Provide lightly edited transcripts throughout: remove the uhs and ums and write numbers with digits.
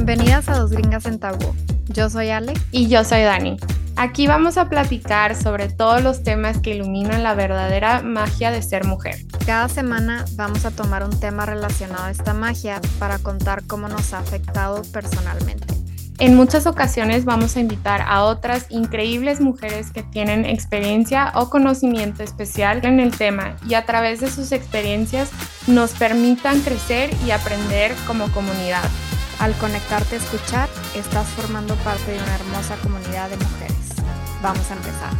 Bienvenidas a Dos Gringas en Tabú. Yo soy Ale. Y yo soy Dani. Aquí vamos a platicar sobre todos los temas que iluminan la verdadera magia de ser mujer. Cada semana vamos a tomar un tema relacionado a esta magia para contar cómo nos ha afectado personalmente. En muchas ocasiones vamos a invitar a otras increíbles mujeres que tienen experiencia o conocimiento especial en el tema y a través de sus experiencias nos permitan crecer y aprender como comunidad. Al conectarte a escuchar, estás formando parte de una hermosa comunidad de mujeres. Vamos a empezar.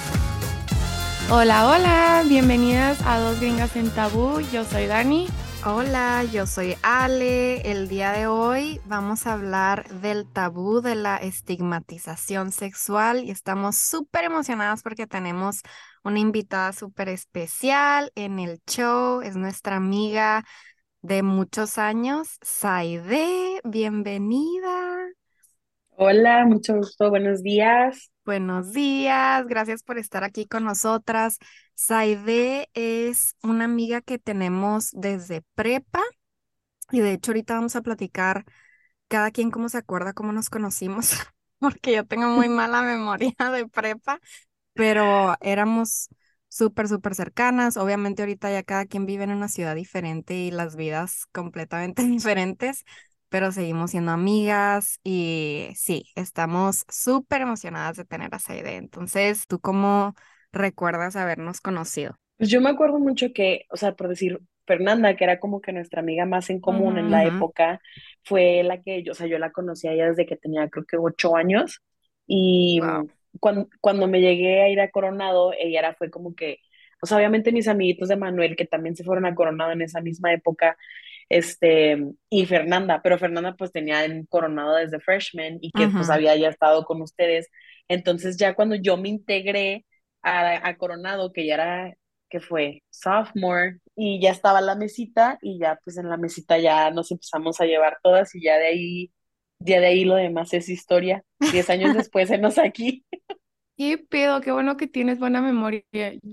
Hola, hola, bienvenidas a Dos Gringas en Tabú. Yo soy Dani. Hola, yo soy Ale. El día de hoy vamos a hablar del tabú de la estigmatización sexual y estamos súper emocionadas porque tenemos una invitada súper especial en el show. Es nuestra amiga de muchos años, Saide. Bienvenida. Hola, mucho gusto, buenos días. Buenos días, gracias por estar aquí con nosotras. Saide es una amiga que tenemos desde prepa y de hecho ahorita vamos a platicar cada quien cómo se acuerda cómo nos conocimos, porque yo tengo muy mala memoria de prepa, pero éramos súper cercanas. Obviamente ahorita ya cada quien vive en una ciudad diferente y las vidas completamente diferentes, pero seguimos siendo amigas y sí, estamos súper emocionadas de tener a Saide. Entonces, ¿tú cómo recuerdas habernos conocido? Pues yo me acuerdo mucho que, o sea, por decir, Fernanda, que era como que nuestra amiga más en común en la Ujú. época, fue la que yo, o sea, yo la conocí a ella desde que tenía creo que 8 años y Wow. cuando me llegué a ir a Coronado, ella era, fue como que, o sea, obviamente mis amiguitos de Manuel, que también se fueron a Coronado en esa misma época, y Fernanda, pero Fernanda pues tenía en Coronado desde freshman y que pues había ya estado con ustedes, entonces ya cuando yo me integré a Coronado, que ya era que fue sophomore, y ya estaba la mesita, y ya pues en la mesita ya nos empezamos a llevar todas, y ya de ahí lo demás es historia. 10 años después, enos aquí. ¿Qué pedo? Qué bueno que tienes buena memoria.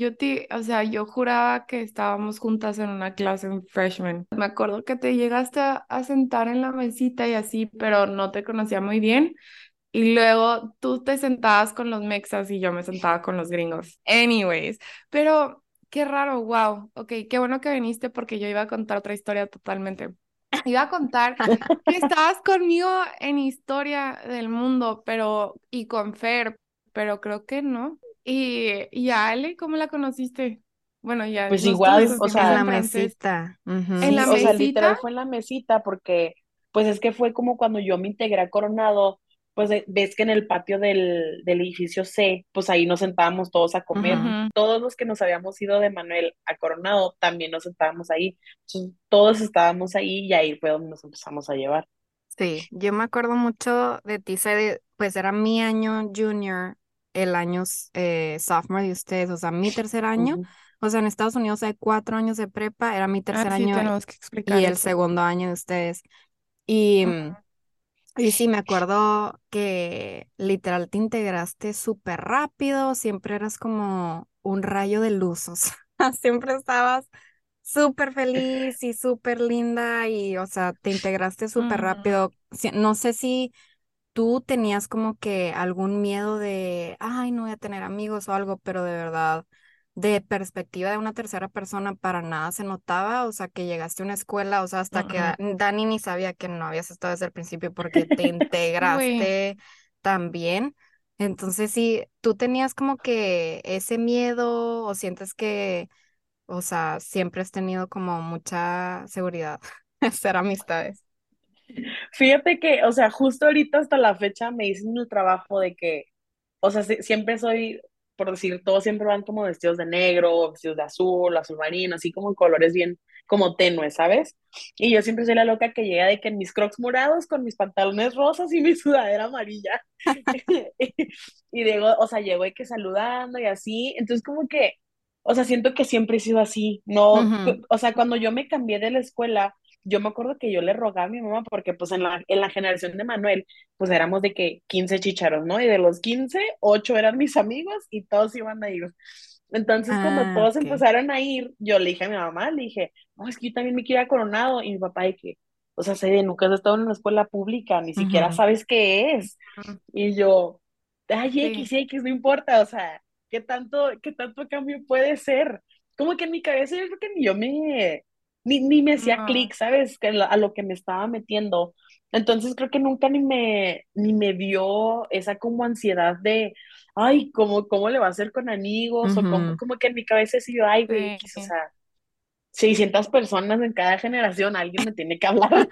O sea, yo juraba que estábamos juntas en una clase en freshman. Me acuerdo que te llegaste a sentar en la mesita y así, pero no te conocía muy bien. Y luego tú te sentabas con los mexas y yo me sentaba con los gringos. Anyways, pero qué raro, wow. Ok, qué bueno que viniste porque yo iba a contar otra historia totalmente. Iba a contar que estabas conmigo en Historia del Mundo, pero y con Fer, pero creo que no. Y a Ale, ¿cómo la conociste? Bueno, ya Pues los dos igual, o En conocimos la en sea, francés. mesita. En Ujú. la sí, o sea, mesita. literal fue en la mesita porque, pues es que fue como cuando yo me integré a Coronado, pues ves que en el patio del edificio C, pues ahí nos sentábamos todos a comer. Ujú. Ujú. Todos los que nos habíamos ido de Manuel a Coronado también nos sentábamos ahí. Entonces, todos estábamos ahí y ahí fue donde nos empezamos a llevar. Sí, yo me acuerdo mucho de ti, pues era mi año junior, el año sophomore de ustedes, o sea, mi tercer año. Ujú. O sea, en Estados Unidos hay 4 años de prepa, era mi Ah, tercer sí, año tenemos que y explicar el eso. segundo año de ustedes. Y, Ujú. y sí, me acuerdo que literal te integraste súper rápido, siempre eras como un rayo de luz, o sea, siempre estabas súper feliz y súper linda y, o sea, te integraste súper Ujú. rápido. No sé si tú tenías como que algún miedo de, ay, no voy a tener amigos o algo, pero de verdad, de perspectiva de una tercera persona, para nada se notaba, o sea, que llegaste a una escuela, o sea, hasta que Ujú. Dani ni sabía que no habías estado desde el principio porque te Güey. integraste tan bien. Entonces, sí, tú tenías como que ese miedo o sientes que, o sea, siempre has tenido como mucha seguridad de hacer amistades. Fíjate que, o sea, justo ahorita hasta la fecha me dicen en el trabajo de que, o sea, siempre soy, por decir, todos siempre van como vestidos de negro, vestidos de azul, azul marino, así como en colores bien, como tenues, ¿sabes? Y yo siempre soy la loca que llega de que en mis crocs morados con mis pantalones rosas y mi sudadera amarilla. Y digo, o sea, llego de que saludando y así, entonces como que, o sea, siento que siempre he sido así, no, Ujú. o sea, cuando yo me cambié de la escuela, yo me acuerdo que yo le rogaba a mi mamá porque pues en la generación de Manuel, pues éramos de que 15 chícharos, ¿no? Y de los 15 8 eran mis amigos y todos iban a ir. Entonces, cuando Ah, todos ok. empezaron a ir, yo le dije a mi mamá, le dije, no, es que yo también me quiero ir a Coronado. Y mi papá de que, o sea, Saide, nunca has estado en una escuela pública, ni siquiera Ujú, sabes qué es. Ujú. Y yo, ay, Sí, X, no importa, o sea, qué tanto cambio puede ser? Como que en mi cabeza yo creo que ni me hacía no, clic, ¿sabes? A lo que me estaba metiendo. Entonces creo que nunca ni me dio esa como ansiedad de, ay, cómo le va a hacer con amigos? O ujú. como que en mi cabeza sí yo, ay, güey, X, o sí. sea, 600 personas en cada generación, alguien me tiene que hablar.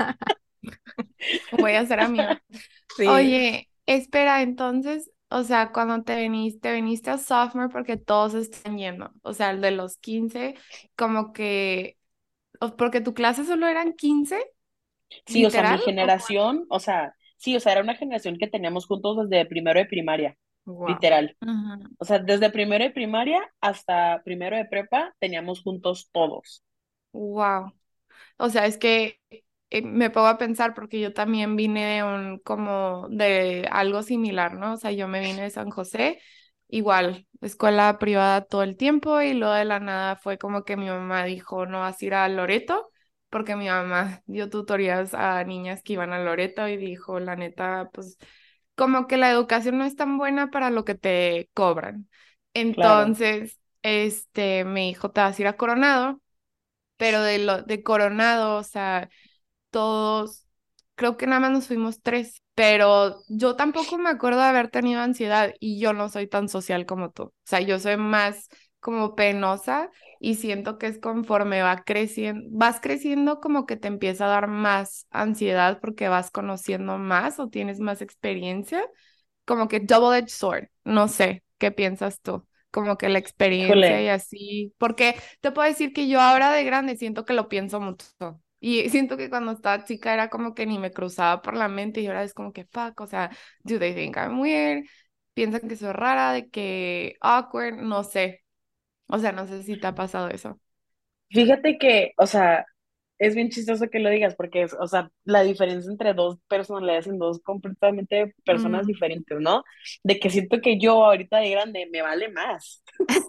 Voy a ser amiga. Sí. Oye, espera, entonces, o sea, cuando te viniste a sophomore porque todos están yendo, o sea, el de los 15 como que, porque tu clase solo eran 15 Sí, o sea, mi literal, ¿o cuánto? generación, o sea, sí, o sea, era una generación que teníamos juntos desde primero de primaria, Wow. literal. O sea, desde primero de primaria hasta primero de prepa teníamos juntos todos. Wow. O sea, es que me pongo a pensar porque yo también vine de como de algo similar, ¿no? O sea, yo me vine de San José, igual, escuela privada todo el tiempo y luego de la nada fue como que mi mamá dijo, no vas a ir a Loreto, porque mi mamá dio tutorías a niñas que iban a Loreto y dijo, la neta, pues como que la educación no es tan buena para lo que te cobran. Claro, Entonces, me dijo, te vas a ir a Coronado, pero de Coronado, o sea, todos, creo que nada más nos fuimos tres, pero yo tampoco me acuerdo de haber tenido ansiedad y yo no soy tan social como tú. O sea, yo soy más como penosa y siento que es conforme vas creciendo como que te empieza a dar más ansiedad porque vas conociendo más o tienes más experiencia, como que double-edged sword, no sé, ¿qué piensas tú? Como que la experiencia y híjole, así, porque te puedo decir que yo ahora de grande siento que lo pienso mucho. Y siento que cuando estaba chica era como que ni me cruzaba por la mente y ahora es como que fuck, o sea, do they think I'm weird? Piensan que soy rara, de que awkward, no sé. O sea, no sé si te ha pasado eso. fíjate que, o sea, es bien chistoso que lo digas porque es, o sea, la diferencia entre dos personalidades en dos completamente personas Mm. diferentes, ¿no? De que siento que yo ahorita de grande me vale más.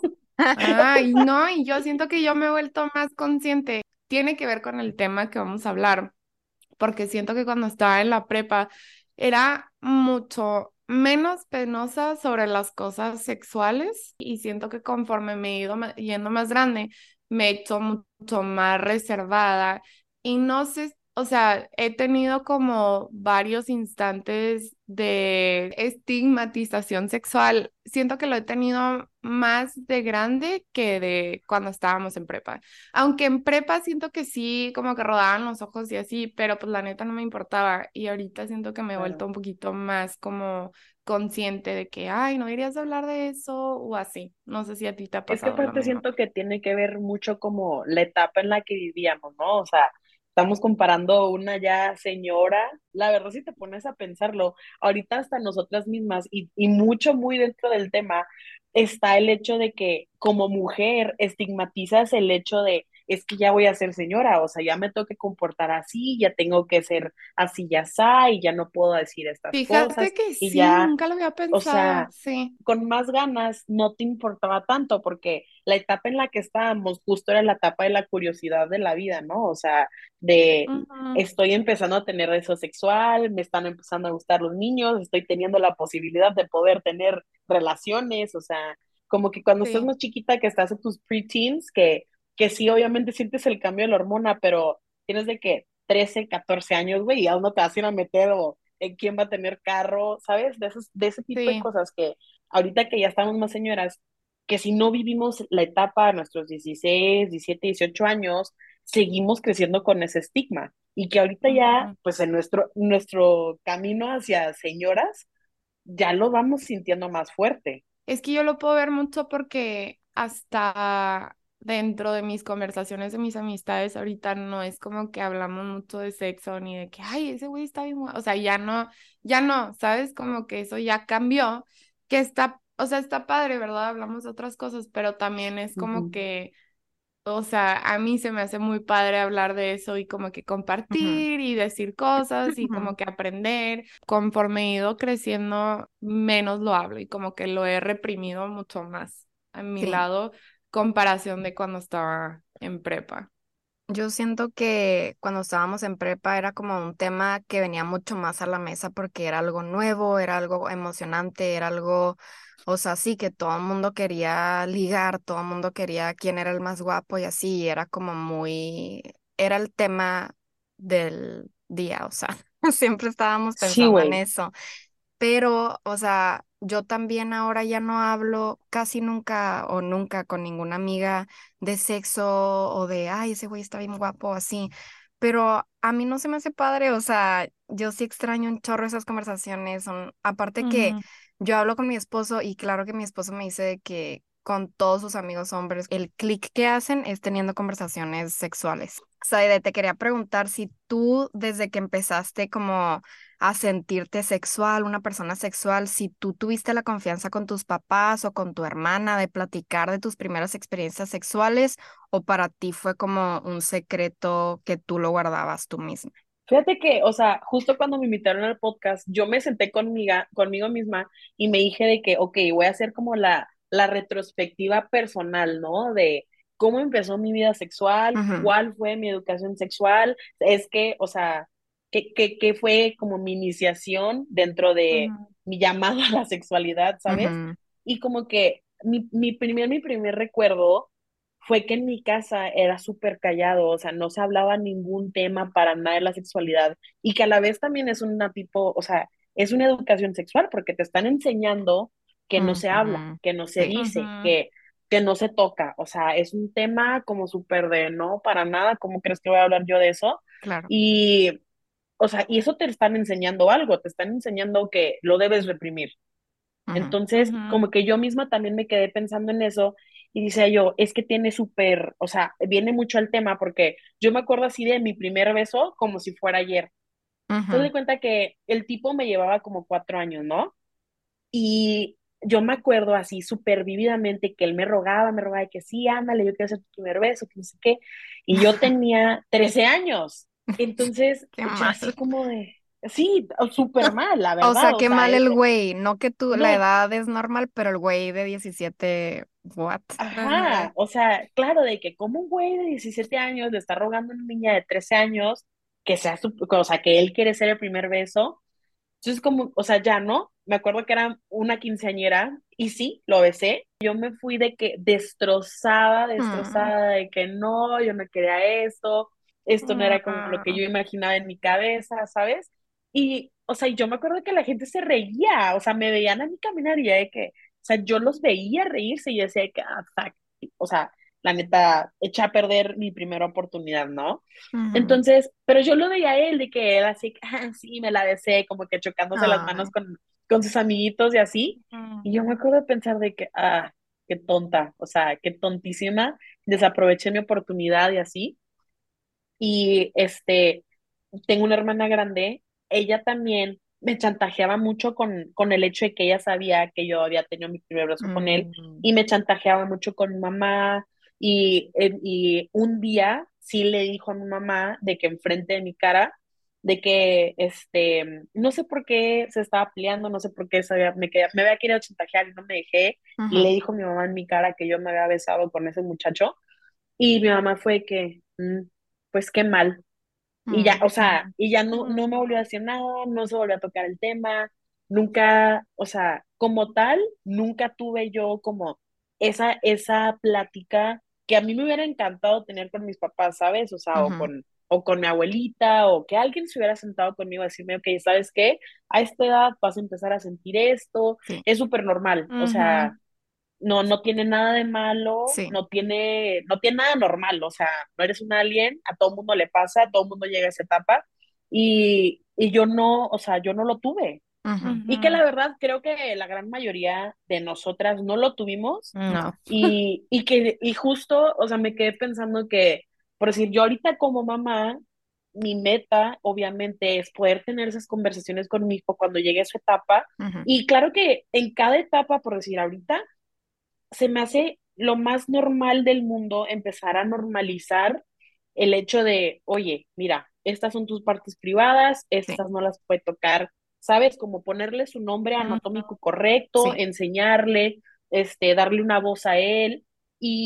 Ay, no, y yo siento que yo me he vuelto más consciente. Tiene que ver con el tema que vamos a hablar, porque siento que cuando estaba en la prepa era mucho menos penosa sobre las cosas sexuales y siento que conforme me he ido yendo más grande, me he hecho mucho más reservada y no sé, o sea, he tenido como varios instantes de estigmatización sexual. Siento que lo he tenido más de grande que de cuando estábamos en prepa. Aunque en prepa siento que sí, como que rodaban los ojos y así, pero pues la neta no me importaba. Y ahorita siento que me he vuelto Claro. un poquito más como consciente de que, ay, no deberías hablar de eso o así. No sé si a ti te ha Es que pasado lo aparte mismo. siento que tiene que ver mucho como la etapa en la que vivíamos, ¿no? O sea, estamos comparando una ya señora, la verdad si te pones a pensarlo, ahorita hasta nosotras mismas y mucho muy dentro del tema está el hecho de que como mujer estigmatizas el hecho de es que ya voy a ser señora, o sea, ya me tengo que comportar así, ya tengo que ser así, ya sa, y ya no puedo decir estas cosas, Fíjate que y sí, ya, nunca lo había o pensado, sea, sí. con más ganas no te importaba tanto, porque la etapa en la que estábamos justo era la etapa de la curiosidad de la vida, ¿no? O sea, de Ujú, estoy empezando a tener deseo sexual, me están empezando a gustar los niños, estoy teniendo la posibilidad de poder tener relaciones, o sea, como que cuando estás sí, más chiquita, que estás en tus preteens, que sí, obviamente sientes el cambio de la hormona, pero tienes de que 13 14 años, güey, y aún no te vas a ir a meter o en quién va a tener carro, ¿sabes? De ese tipo de sí. cosas que ahorita que ya estamos más señoras, que si no vivimos la etapa de nuestros 16 17 18 años, seguimos creciendo con ese estigma. Y que ahorita ya, Ujú. pues en nuestro camino hacia señoras, ya lo vamos sintiendo más fuerte. Es que yo lo puedo ver mucho porque hasta dentro de mis conversaciones de mis amistades ahorita no es como que hablamos mucho de sexo ni de que, ay, ese güey está bien, o sea, ya no, ¿sabes? Como que eso ya cambió, que está, o sea, está padre, ¿verdad? Hablamos de otras cosas, pero también es como Ujú, que o sea, a mí se me hace muy padre hablar de eso y como que Ujú, compartir y decir cosas y ujú. como que aprender. Conforme he ido creciendo, menos lo hablo y como que lo he reprimido mucho más a mi Sí. lado, comparación de cuando estaba en prepa. Yo siento que cuando estábamos en prepa era como un tema que venía mucho más a la mesa porque era algo nuevo, era algo emocionante, era algo, o sea, sí, que todo el mundo quería ligar, todo el mundo quería quién era el más guapo y así, era como muy, era el tema del día, o sea, siempre estábamos Sí, pensando en güey. eso. Pero, o sea, yo también ahora ya no hablo casi nunca o nunca con ninguna amiga de sexo o de, ay, ese güey está bien guapo o así. Pero a mí no se me hace padre, o sea, yo sí extraño un chorro esas conversaciones. Aparte que Ujú, yo hablo con mi esposo y claro que mi esposo me dice de que con todos sus amigos hombres, el clic que hacen es teniendo conversaciones sexuales. Saide, te quería preguntar si tú desde que empezaste como a sentirte sexual, una persona sexual, si tú tuviste la confianza con tus papás o con tu hermana de platicar de tus primeras experiencias sexuales o para ti fue como un secreto que tú lo guardabas tú misma. Fíjate que, o sea, justo cuando me invitaron al podcast, yo me senté conmigo misma y me dije de que, ok, voy a hacer como la retrospectiva personal, ¿no? De cómo empezó mi vida sexual, Ujú, cuál fue mi educación sexual, es que, o sea, qué fue como mi iniciación dentro de ujú, mi llamado a la sexualidad, ¿sabes? ujú, Y como que mi primer recuerdo fue que en mi casa era súper callado, o sea, no se hablaba ningún tema para nada de la sexualidad y que a la vez también es una tipo, o sea, es una educación sexual porque te están enseñando que no se habla, ujú. que no se Sí, dice, ujú. que no se toca, o sea, es un tema como súper de no, para nada, ¿cómo crees que voy a hablar yo de eso? claro. Y, o sea, y eso te están enseñando algo, te están enseñando que lo debes reprimir. Ujú, Entonces, Ujú, como que yo misma también me quedé pensando en eso y decía yo, es que tiene súper, o sea, viene mucho al tema porque yo me acuerdo así de mi primer beso como si fuera ayer. Te ujú, das cuenta que el tipo me llevaba como 4 años, ¿no? Y yo me acuerdo así súper vívidamente que él me rogaba de que sí, ándale, yo quiero hacer tu primer beso, que no sé qué. Y yo tenía 13 años. Entonces, qué yo mal. así como de, sí, súper mal, la O sea, verdad. O qué sea, mal el güey. No que tú, la no, edad es normal, pero el güey de 17 what? ajá, ajá, o sea, claro, de que como un güey de 17 años le está rogando a una niña de 13 años que sea su, o sea, que él quiere ser el primer beso. Entonces, como, o sea, ya no, me acuerdo que era una quinceañera y sí, lo besé. Yo me fui de que destrozada, Mm, destrozada, de que no, yo no quería esto no era como lo que mm, yo imaginaba en mi cabeza, ¿sabes? Y, o sea, yo me acuerdo que la gente se reía, o sea, me veían a mí caminar y ya de que, o sea, yo los veía reírse y yo decía que, ah, fuck, o sea, la neta, eché a perder mi primera oportunidad, ¿no? ujú. Entonces, pero yo lo veía a él de que él así, ah, sí, me la besé, como que chocándose las manos Ay. con sus amiguitos y así. Y yo ujú, me acuerdo de pensar de que, ah, qué tonta, o sea, qué tontísima, desaproveché mi oportunidad y así. Y tengo una hermana grande, ella también me chantajeaba mucho con el hecho de que ella sabía que yo había tenido mi primer beso con él Mm, y me chantajeaba mucho con mi mamá y un día sí le dijo a mi mamá de que enfrente de mi cara, de que no sé por qué se estaba peleando, no sé por qué me había querido chantajear y no me dejé y le ujú, dijo a mi mamá en mi cara que yo me había besado con ese muchacho y mi mamá fue que, pues qué mal. Y ya, mm, o sea, y ya no me volvió a ujú, decir nada, no se volvió a tocar el tema, nunca, o sea, como tal, nunca tuve yo como esa plática que a mí me hubiera encantado tener con mis papás, ¿sabes? O sea, ujú. o con mi abuelita, o que alguien se hubiera sentado conmigo a decirme, ok, ¿sabes qué? A esta edad vas a empezar a sentir esto, Sí, es súper normal, o ujú, sea, no tiene nada de malo, sí. no tiene nada normal, o sea, no eres un alien, a todo mundo le pasa, a todo mundo llega a esa etapa, y yo no, o sea, yo no lo tuve. Ujú. Y que ujú. la verdad creo que la gran mayoría de nosotras no lo tuvimos, No. y justo, o sea, me quedé pensando que, por decir, yo ahorita como mamá, mi meta obviamente es poder tener esas conversaciones con mi hijo cuando llegue a su etapa, Ujú, y claro que en cada etapa, por decir, ahorita se me hace lo más normal del mundo empezar a normalizar el hecho de, oye, mira, estas son tus partes privadas, sí. estas no las puede tocar, ¿sabes? Como ponerle su nombre Ujú, anatómico correcto, Sí. enseñarle, darle una voz a él. Y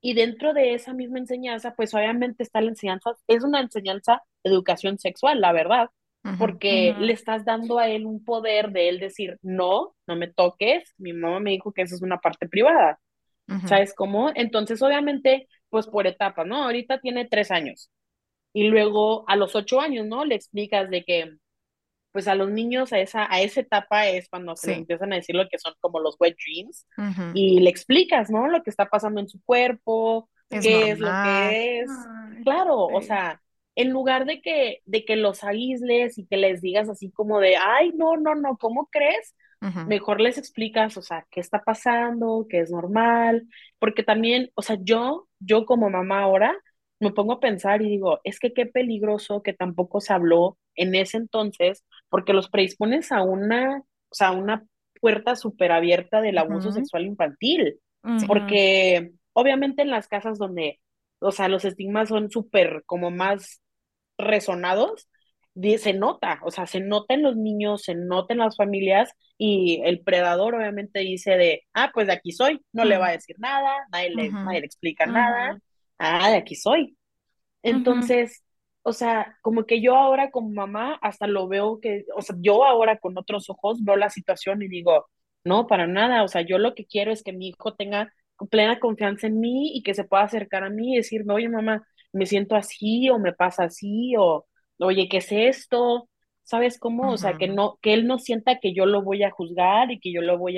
Y dentro de esa misma enseñanza, pues obviamente está la enseñanza, es una enseñanza de educación sexual, la verdad, Ujú, porque le Ujú, estás dando a él un poder de él decir, no, no me toques, mi mamá me dijo que eso es una parte privada, ujú. ¿sabes cómo? Entonces, obviamente, pues por etapas, ¿no? Ahorita tiene 3 años y luego a los 8 años, ¿no? Le explicas de que pues a los niños a esa etapa es cuando se les Sí. empiezan a decir lo que son como los wet dreams Ujú. y le explicas, ¿no? Lo que está pasando en su cuerpo, Es qué es lo normal. que es. ay, Claro, o sí. sea, en lugar de que los aísles y que les digas así como de, ay, no, no, no, ¿cómo crees? Ujú, Mejor les explicas, o sea, qué está pasando, qué es normal, porque también, o sea, yo como mamá ahora me pongo a pensar y digo, es que qué peligroso que tampoco se habló en ese entonces porque los predispones a una puerta súper abierta del abuso ujú. sexual infantil, Sí. Ujú, porque obviamente en las casas donde, o sea, los estigmas son súper como más resonados, se nota, o sea, se nota en los niños, se nota en las familias y el predador obviamente dice de, pues de aquí soy, no le va a Mm, decir nada, ujú, nadie le explica nada, ujú, de aquí soy. ujú, Entonces, o sea, como que yo ahora como mamá hasta lo veo que, o sea, yo ahora con otros ojos veo la situación y digo, no, para nada, o sea, yo lo que quiero es que mi hijo tenga plena confianza en mí y que se pueda acercar a mí y decirme, oye, mamá, me siento así o me pasa así o, oye, ¿qué es esto? ¿Sabes cómo? O sea, que ujú, no, que él no sienta que yo lo voy a juzgar y que yo lo voy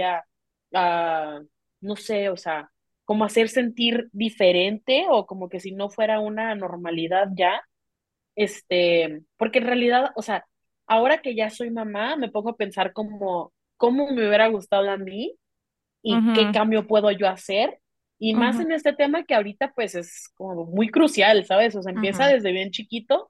a no sé, o sea, como hacer sentir diferente o como que si no fuera una normalidad ya, porque en realidad, o sea, ahora que ya soy mamá, me pongo a pensar como, cómo me hubiera gustado a mí y qué ujú, cambio puedo yo hacer. Y más ujú, en este tema que ahorita pues es como muy crucial, ¿sabes? O sea, empieza ujú, desde bien chiquito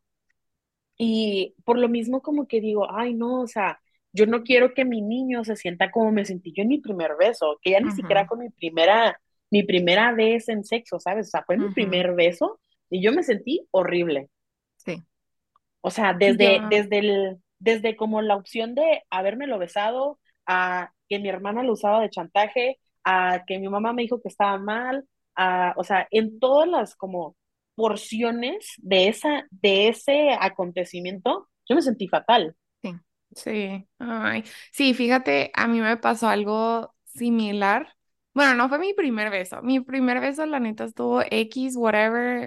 y por lo mismo como que digo, ay no, o sea, yo no quiero que mi niño se sienta como me sentí yo en mi primer beso, que ya ni siquiera ujú, fue mi primera vez en sexo, ¿sabes? O sea, fue mi ujú. primer beso y yo me sentí horrible. Sí. O sea, yo, desde como la opción de habérmelo besado, a que mi hermana lo usaba de chantaje, a que mi mamá me dijo que estaba mal, o sea, en todas las como porciones de ese acontecimiento, yo me sentí fatal. Sí. sí, ay, sí, fíjate, a mí me pasó algo similar. Bueno, no fue mi primer beso, la neta, estuvo X, whatever,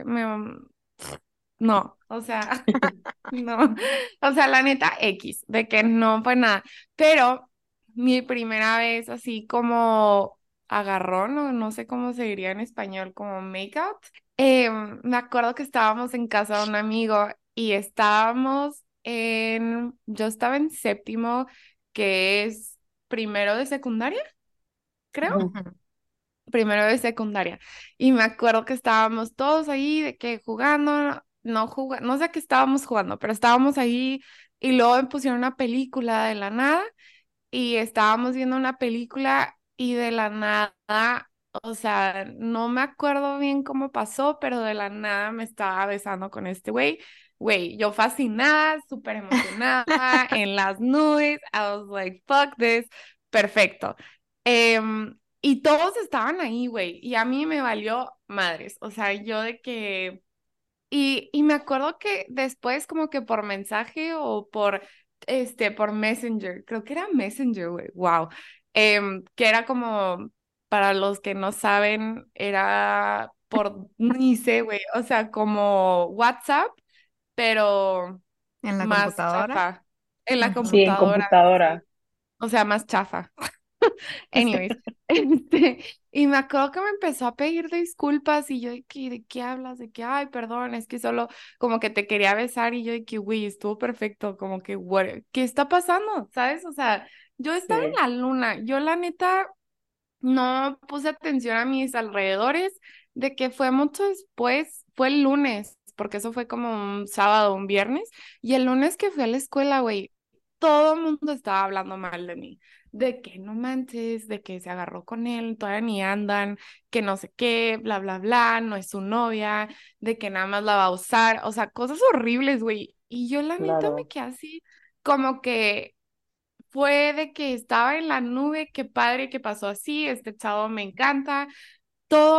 no, o sea, no, o sea, la neta X, de que no fue nada, pero mi primera vez así como agarrón, o no sé cómo se diría en español, como make out, me acuerdo que estábamos en casa de un amigo y yo estaba en séptimo, que es primero de secundaria, creo Ujú. Ujú, primero de secundaria. Y me acuerdo que estábamos todos ahí, de que jugando, no sé qué estábamos jugando, pero estábamos ahí y luego me pusieron una película de la nada y estábamos viendo una película y de la nada, o sea, no me acuerdo bien cómo pasó, pero de la nada me estaba besando con este güey. Güey, yo fascinada, súper emocionada, en las nubes. I was like, fuck this. Perfecto. Y todos estaban ahí, güey, y a mí me valió madres. O sea, yo de que y me acuerdo que después como que por mensaje o por Messenger, creo que era Messenger, güey, wow, que era como, para los que no saben, era por, ni sé, güey, o sea, como WhatsApp, pero en la más computadora. chafa, en la Ujú. Sí, en computadora, computadora. sí, o sea, más chafa. Anyways, y me acuerdo que me empezó a pedir disculpas y yo ¿de qué hablas? De que, ay, perdón, es que solo como que te quería besar y yo de que, güey, estuvo perfecto, como que, ¿qué está pasando? ¿Sabes? O sea, yo estaba Sí, en la luna, yo la neta no puse atención a mis alrededores, de que fue mucho después, fue el lunes, porque eso fue como un sábado, un viernes, y el lunes que fui a la escuela, güey, todo el mundo estaba hablando mal de mí, de que no manches, de que se agarró con él, todavía ni andan, que no sé qué, bla, bla, bla, no es su novia, de que nada más la va a usar, o sea, cosas horribles, güey, y yo la neta me claro. quedé así, como que fue de que estaba en la nube, qué padre que pasó así, este chavo me encanta, todo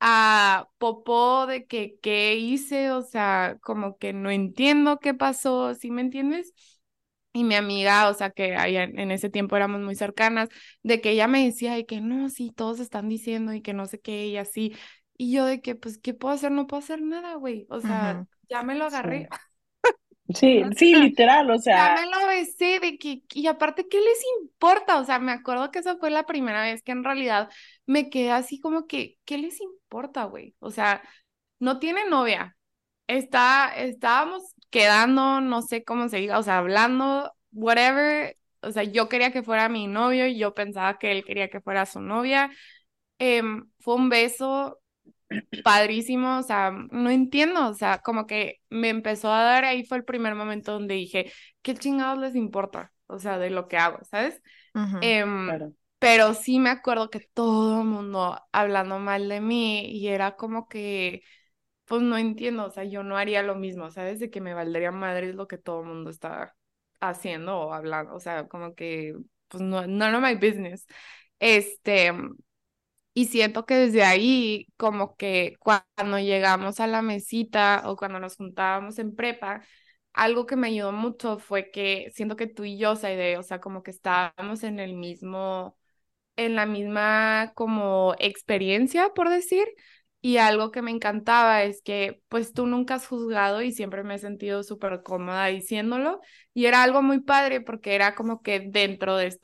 a popó de que qué hice, o sea, como que no entiendo qué pasó, ¿sí me entiendes? Y mi amiga, o sea, que allá en ese tiempo éramos muy cercanas, de que ella me decía de que no, sí, todos están diciendo y que no sé qué y así. Y yo de que, pues, ¿qué puedo hacer? No puedo hacer nada, güey. O sea, Ujú, ya me lo agarré. Sí, sí, sí, literal, o Ya sea, me lo besé de que, y aparte, ¿qué les importa? O sea, me acuerdo que esa fue la primera vez que en realidad me quedé así como que, ¿qué les importa, güey? O sea, no tiene novia. Estábamos quedando, no sé cómo se diga, o sea, hablando, whatever. O sea, yo quería que fuera mi novio, y yo pensaba que él quería que fuera su novia. Fue un beso padrísimo, o sea, no entiendo, o sea, como que me empezó a dar, ahí fue el primer momento donde dije, ¿qué chingados les importa? O sea, de lo que hago, ¿sabes? ujú, Em, claro. pero sí me acuerdo que todo el mundo hablando mal de mí y era como que, pues no entiendo, o sea, yo no haría lo mismo, ¿sabes? De que me valdría madre lo que todo el mundo está haciendo o hablando, o sea, como que, pues no, none of my business. Este, y siento que desde ahí, como que cuando llegamos a la mesita o cuando nos juntábamos en prepa, algo que me ayudó mucho fue que siento que tú y yo, Saide, o sea, como que estábamos en el mismo, en la misma como experiencia, por decir, y algo que me encantaba es que pues tú nunca has juzgado y siempre me he sentido súper cómoda diciéndolo, y era algo muy padre porque era como que dentro de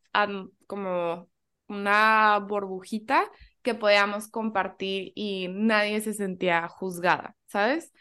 como una burbujita que podíamos compartir y nadie se sentía juzgada, ¿sabes?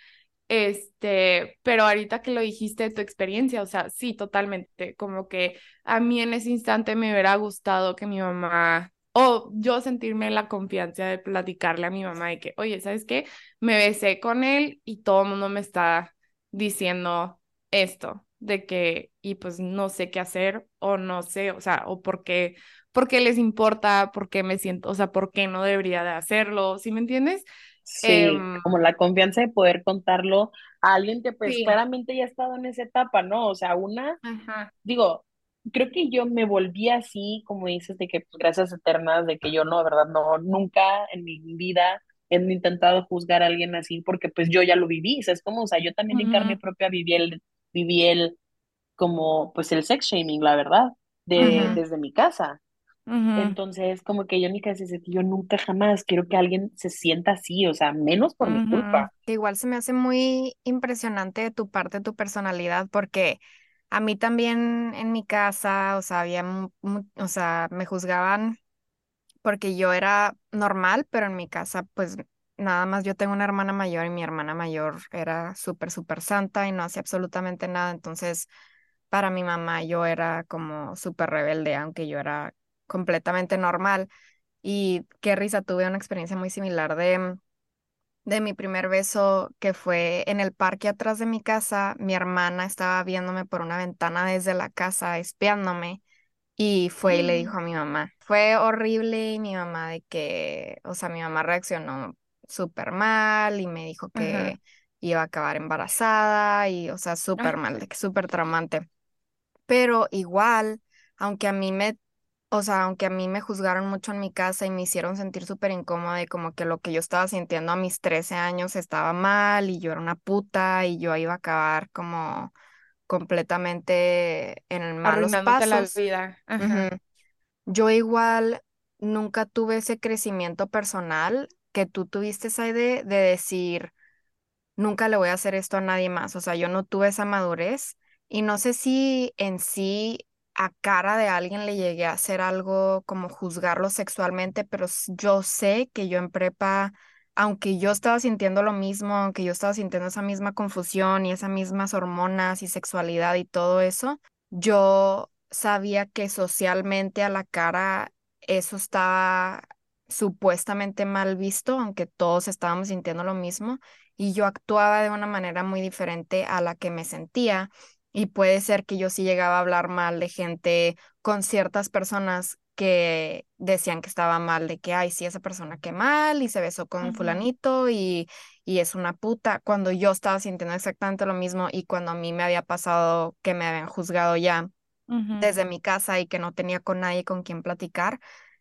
Pero ahorita que lo dijiste de tu experiencia, o sea, sí, totalmente, como que a mí en ese instante me hubiera gustado que mi mamá, o yo sentirme la confianza de platicarle a mi mamá de que, oye, ¿sabes qué? Me besé con él y todo el mundo me está diciendo esto, de que, y pues no sé qué hacer, o no sé, o sea, o por qué les importa, por qué me siento, o sea, por qué no debería de hacerlo, ¿sí me entiendes? Sí, Em, como la confianza de poder contarlo a alguien que pues sí, claramente ya ha estado en esa etapa, ¿no? O sea, ajá. digo, creo que yo me volví así, como dices, de que pues, gracias eternas, de que yo no, de verdad, no, nunca en mi vida he intentado juzgar a alguien así, porque pues yo ya lo viví, ¿sabes? Como, o sea, yo también en carne Ujú, propia viví el, como, pues el sex shaming, la verdad, ujú, desde mi casa. ujú, Entonces, como que yo en mi casa dice que yo nunca jamás quiero que alguien se sienta así, o sea, menos por mi ujú, culpa. Que igual se me hace muy impresionante de tu parte, tu personalidad, porque a mí también en mi casa, o sea, había, o sea, me juzgaban porque yo era normal, pero en mi casa, pues nada más yo tengo una hermana mayor y mi hermana mayor era súper, súper santa y no hacía absolutamente nada. Entonces, para mi mamá yo era como súper rebelde, aunque yo era completamente normal. Y qué risa, tuve una experiencia muy similar de mi primer beso que fue en el parque atrás de mi casa. Mi hermana estaba viéndome por una ventana desde la casa, espiándome. Y fue y le dijo a mi mamá. Fue horrible y mi mamá de que, o sea, mi mamá reaccionó súper mal y me dijo ajá. que iba a acabar embarazada y, o sea, súper Ah, mal, de que súper traumante. Pero igual, aunque a mí me, o sea, aunque a mí me juzgaron mucho en mi casa y me hicieron sentir súper incómoda y como que lo que yo estaba sintiendo a mis 13 años estaba mal y yo era una puta y yo iba a acabar como completamente en malos arruinándote la pasos. vida. Ujú. Ajá. Yo igual nunca tuve ese crecimiento personal que tú tuviste, Saide, de decir, nunca le voy a hacer esto a nadie más. O sea, yo no tuve esa madurez y no sé si en sí a cara de alguien le llegué a hacer algo como juzgarlo sexualmente, pero yo sé que yo en prepa, aunque yo estaba sintiendo lo mismo, aunque yo estaba sintiendo esa misma confusión y esas mismas hormonas y sexualidad y todo eso, yo sabía que socialmente a la cara eso estaba supuestamente mal visto, aunque todos estábamos sintiendo lo mismo y yo actuaba de una manera muy diferente a la que me sentía. Y puede ser que yo sí llegaba a hablar mal de gente con ciertas personas que decían que estaba mal, de que, ay, sí, esa persona qué mal y se besó con Ujú, fulanito y es una puta, cuando yo estaba sintiendo exactamente lo mismo y cuando a mí me había pasado que me habían juzgado ya ujú, desde mi casa y que no tenía con nadie con quien platicar.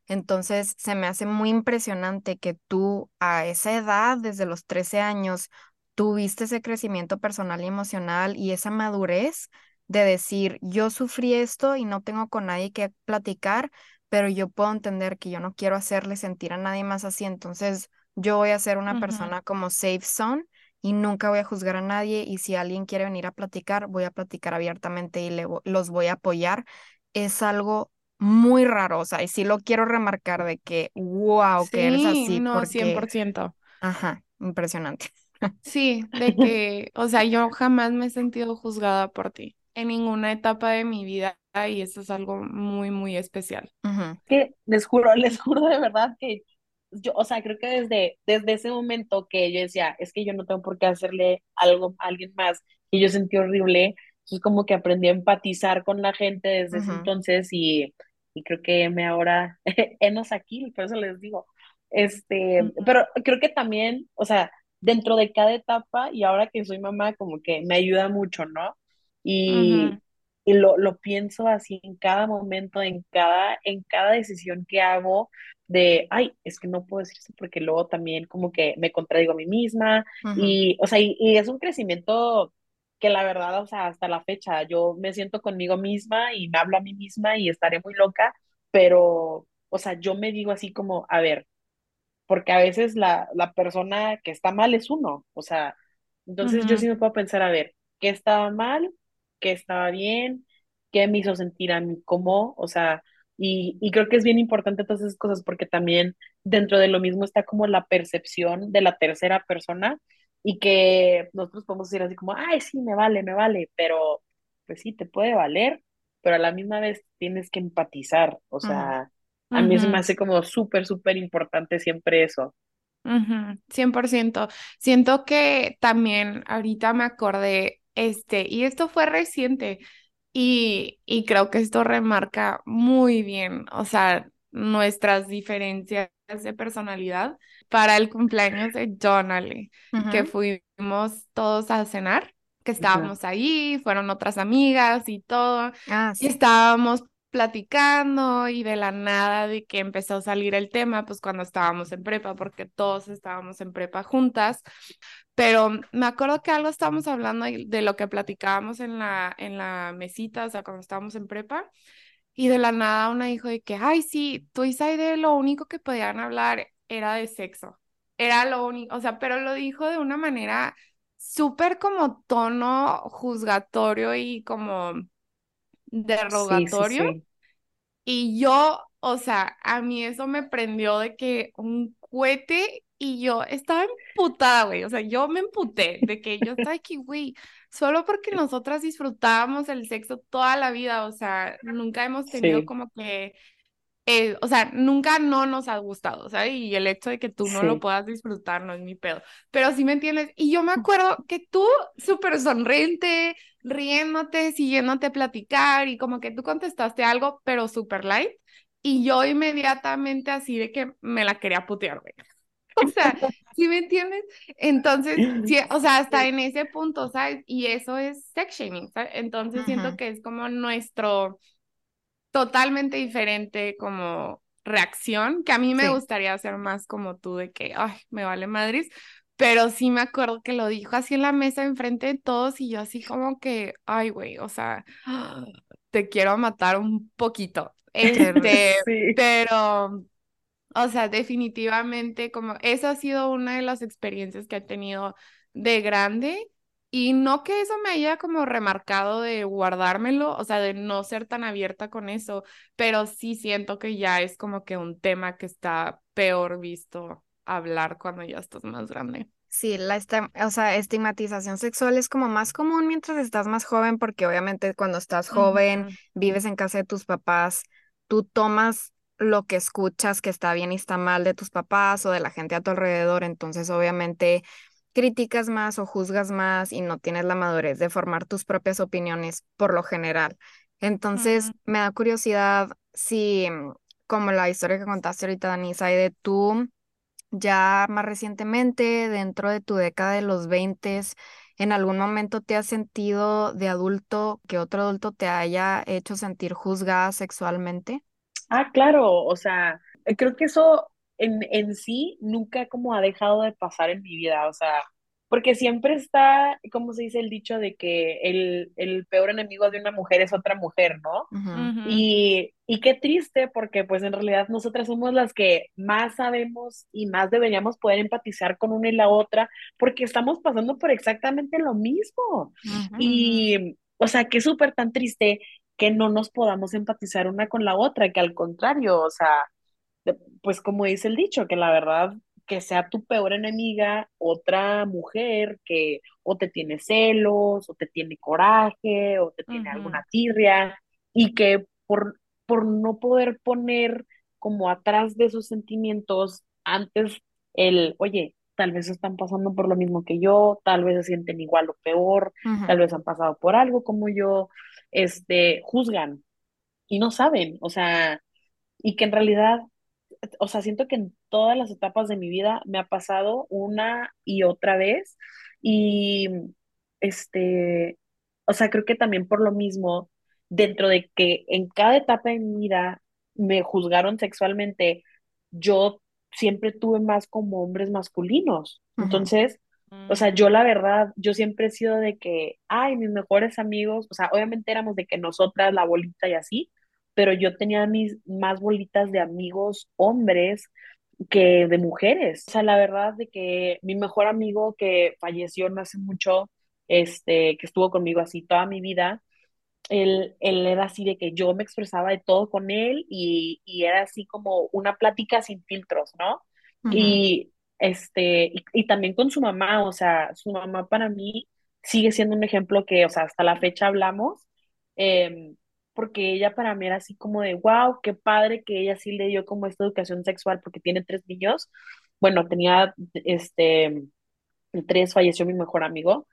Entonces, se me hace muy impresionante que tú a esa edad, desde los 13 años, tuviste ese crecimiento personal y emocional y esa madurez de decir, yo sufrí esto y no tengo con nadie que platicar, pero yo puedo entender que yo no quiero hacerle sentir a nadie más así, entonces yo voy a ser una Ujú. persona como safe zone y nunca voy a juzgar a nadie y si alguien quiere venir a platicar, voy a platicar abiertamente y los voy a apoyar. Es algo muy raro, o sea, y sí lo quiero remarcar de que, wow, que eres Sí, así, no, cien porque, por ciento ajá, impresionante. Sí, de que, o sea, yo jamás me he sentido juzgada por ti en ninguna etapa de mi vida y eso es algo muy, muy especial. Ujú, Que les juro de verdad que yo, o sea, creo que desde ese momento que yo decía, es que yo no tengo por qué hacerle algo a alguien más y yo sentí horrible, es como que aprendí a empatizar con la gente desde ese ujú, entonces y creo que me ahora, enos aquí, por eso les digo, Ujú, pero creo que también, o sea, dentro de cada etapa y ahora que soy mamá, como que me ayuda mucho, ¿no? ujú, Y lo pienso así en cada momento, en cada decisión que hago, de, ay, es que no puedo decir eso porque luego también como que me contradigo a mí misma ujú, o sea, y es un crecimiento que la verdad, o sea, hasta la fecha, yo me siento conmigo misma y me hablo a mí misma y estaré muy loca, pero, o sea, yo me digo así como, a ver, porque a veces la persona que está mal es uno, o sea, entonces yo ujú, sí me puedo pensar, a ver, ¿qué estaba mal? ¿Qué estaba bien? ¿Qué me hizo sentir a mí cómo? O sea, y creo que es bien importante todas esas cosas porque también dentro de lo mismo está como la percepción de la tercera persona y que nosotros podemos decir así como, ay, sí, me vale, pero pues sí, te puede valer, pero a la misma vez tienes que empatizar, o ujú. sea, a mí se me ujú, hace como súper, súper importante siempre eso. ujú, 100%. Siento que también ahorita me acordé, y esto fue reciente, y creo que esto remarca muy bien, o sea, nuestras diferencias de personalidad para el cumpleaños de Jonale, que Ujú. fuimos todos a cenar, que Ajá. estábamos ahí, fueron otras amigas y todo, Ah, y sí. estábamos platicando y de la nada de que empezó a salir el tema, pues cuando estábamos en prepa, porque todos estábamos en prepa juntas. Pero me acuerdo que algo estábamos hablando de lo que platicábamos en la mesita, o sea, cuando estábamos en prepa, y de la nada una dijo de que, ay, sí, tú y Saide lo único que podían hablar era de sexo. Era lo único, o sea, pero lo dijo de una manera súper como tono juzgatorio y como Sí, sí, derogatorio. sí, Y yo, o sea, a mí eso me prendió de que un cohete y yo estaba emputada, güey. O sea, yo me emputé de que yo estaba aquí, güey, solo porque nosotras disfrutábamos el sexo toda la vida. O sea, nunca hemos tenido sí, como que o sea, nunca no nos ha gustado, ¿sabes? Y el hecho de que tú no lo sí, puedas disfrutar no es mi pedo. Pero sí me entiendes. Y yo me acuerdo que tú, súper sonriente, riéndote, siguiéndote platicar y como que tú contestaste algo, pero súper light. Y yo inmediatamente así de que me la quería putear, güey. O sea, ¿sí me entiendes? Entonces, sí, o sea, hasta en ese punto, ¿sabes? Y eso es sex shaming, ¿sabes? Entonces siento Ujú. que es como nuestro totalmente diferente como reacción, que a mí me Sí. gustaría hacer más como tú de que, ay, me vale madres, pero sí me acuerdo que lo dijo así en la mesa enfrente de todos y yo así como que, ay, güey, o sea, te quiero matar un poquito. Qué sí, Pero o sea, definitivamente como esa ha sido una de las experiencias que he tenido de grande y no que eso me haya como remarcado de guardármelo, o sea, de no ser tan abierta con eso, pero sí siento que ya es como que un tema que está peor visto hablar cuando ya estás más grande. Sí, o sea, estigmatización sexual es como más común mientras estás más joven, porque obviamente cuando estás joven, Ujú, vives en casa de tus papás, tú tomas lo que escuchas que está bien y está mal de tus papás o de la gente a tu alrededor, entonces obviamente criticas más o juzgas más y no tienes la madurez de formar tus propias opiniones por lo general. Entonces, ujú, me da curiosidad si, como la historia que contaste ahorita, Danisa, y de tú ya más recientemente, dentro de tu década de los 20, ¿en algún momento te has sentido de adulto que otro adulto te haya hecho sentir juzgada sexualmente? ah, claro, o sea, creo que eso en sí nunca como ha dejado de pasar en mi vida, o sea, porque siempre está, como se dice el dicho de que el peor enemigo de una mujer es otra mujer, ¿no? Ujú, Ujú, Y qué triste, porque pues en realidad nosotras somos las que más sabemos y más deberíamos poder empatizar con una y la otra, porque estamos pasando por exactamente lo mismo. ujú, ujú, Y, o sea, qué súper tan triste que no nos podamos empatizar una con la otra, que al contrario, o sea, pues como dice el dicho, que la verdad, que sea tu peor enemiga otra mujer que o te tiene celos, o te tiene coraje, o te tiene ujú, alguna tirria, y que por no poder poner como atrás de esos sentimientos antes oye, tal vez están pasando por lo mismo que yo, tal vez se sienten igual o peor, tal ujú. vez han pasado por algo como yo, juzgan y no saben, o sea, y que en realidad, o sea, siento que en todas las etapas de mi vida me ha pasado una y otra vez y este, o sea, creo que también por lo mismo, dentro de que en cada etapa de mi vida me juzgaron sexualmente, yo siempre tuve más como hombres masculinos. Ujú, Entonces, o sea, yo mm, la verdad, yo siempre he sido de que, ay, mis mejores amigos, o sea, obviamente éramos de que nosotras, la bolita y así, pero yo tenía mis más bolitas de amigos hombres que de mujeres. O sea, la verdad de que mi mejor amigo que falleció no hace mucho, que estuvo conmigo así toda mi vida, él era así de que yo me expresaba de todo con él y era así como una plática sin filtros, ¿no? ujú. Y, y también con su mamá, o sea, su mamá para mí sigue siendo un ejemplo que, o sea, hasta la fecha hablamos, eh, porque ella para mí era así como de, wow, qué padre que ella sí le dio como esta educación sexual porque tiene tres niños. Bueno, tenía, el 3 falleció mi mejor amigo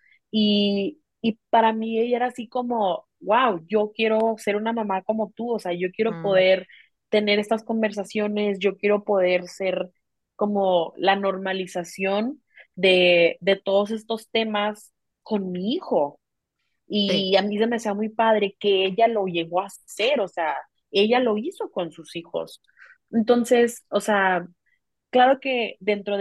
y para mí ella era así como, wow, yo quiero ser una mamá como tú, o sea, yo quiero Mm, poder tener estas conversaciones, yo quiero poder ser como la normalización de todos estos temas con mi hijo. sí. Y a mí se me hacía muy padre que ella lo llegó a hacer, o sea, ella lo hizo con sus hijos. Entonces, o sea, claro que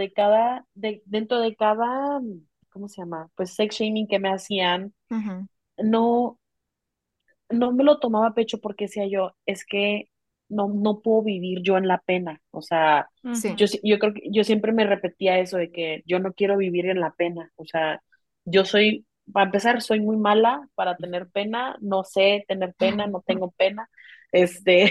dentro de cada, ¿cómo se llama? Pues sex shaming que me hacían, Ujú, no, no me lo tomaba a pecho porque decía yo, es que no puedo vivir yo en la pena. O sea, sí. yo creo que yo siempre me repetía eso de que yo no quiero vivir en la pena. O sea, yo soy, para empezar, soy muy mala para tener pena, no sé tener pena, no tengo pena. Este,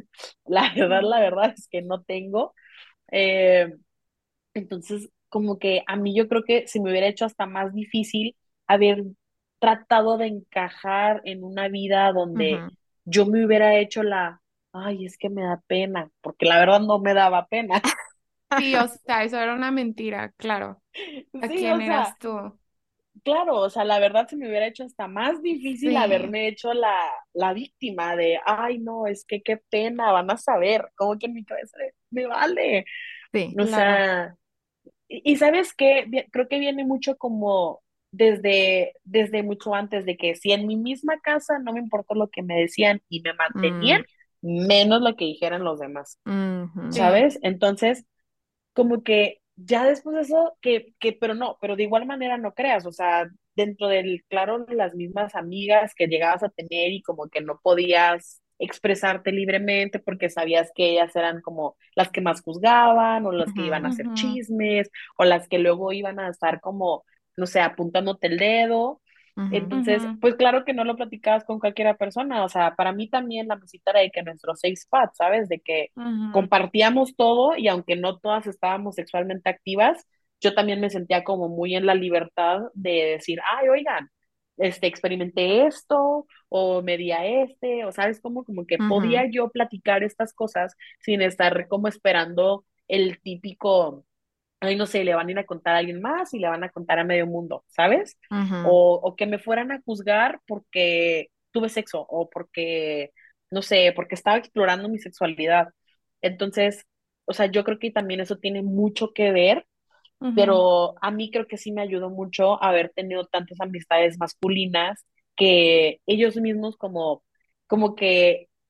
la ujú, verdad es que no tengo. Eh, entonces, como que a mí yo creo que se me hubiera hecho hasta más difícil haber tratado de encajar en una vida donde Ujú. yo me hubiera hecho ay, es que me da pena, porque la verdad no me daba pena. sí, o sea, eso era una mentira, claro. ¿A Sí, quién o sea, eras tú? claro, o sea, la verdad se me hubiera hecho hasta más difícil Sí, haberme hecho la víctima de, ay, no, es que qué pena, van a saber, como que en mi cabeza me vale. Sí. O claro. sea, y sabes qué, creo que viene mucho como desde mucho antes de que si en mi misma casa no me importó lo que me decían y me mantenían, Mm, menos lo que dijeran los demás, ujú, Sí. ¿sabes? Entonces, como que ya después de eso, pero no, pero de igual manera no creas, o sea, dentro del, claro, las mismas amigas que llegabas a tener y como que no podías expresarte libremente porque sabías que ellas eran como las que más juzgaban o las que iban a ujú, hacer Ujú, chismes o las que luego iban a estar como, no sé, apuntándote el dedo. ujú, Entonces, ujú, pues claro que no lo platicabas con cualquiera persona, o sea, para mí también la mesita era de que nuestro safe spot, ¿sabes? De que ujú, compartíamos todo y aunque no todas estábamos sexualmente activas, yo también me sentía como muy en la libertad de decir, ay, oigan, experimenté esto o me di a o sabes, como que ujú, podía yo platicar estas cosas sin estar como esperando el típico, ay, no sé, le van a ir a contar a alguien más y le van a contar a medio mundo, ¿sabes? ujú, O que me fueran a juzgar porque tuve sexo o porque, no sé, porque estaba explorando mi sexualidad. Entonces, o sea, yo creo que también eso tiene mucho que ver, ujú, pero a mí creo que sí me ayudó mucho haber tenido tantas amistades masculinas que ellos mismos como que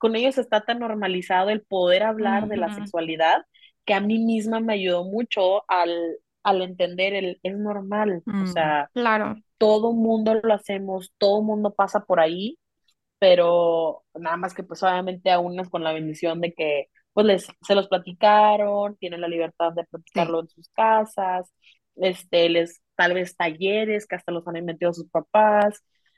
con ellos está tan normalizado el poder hablar de la Ujú. sexualidad que a mí misma me ayudó mucho al entender es normal, o Mm, sea, Claro. todo mundo lo hacemos, todo mundo pasa por ahí, pero nada más que pues obviamente a unas con la bendición de que pues se los platicaron, tienen la libertad de sí, platicarlo en sus casas, tal vez talleres que hasta los han metido sus papás,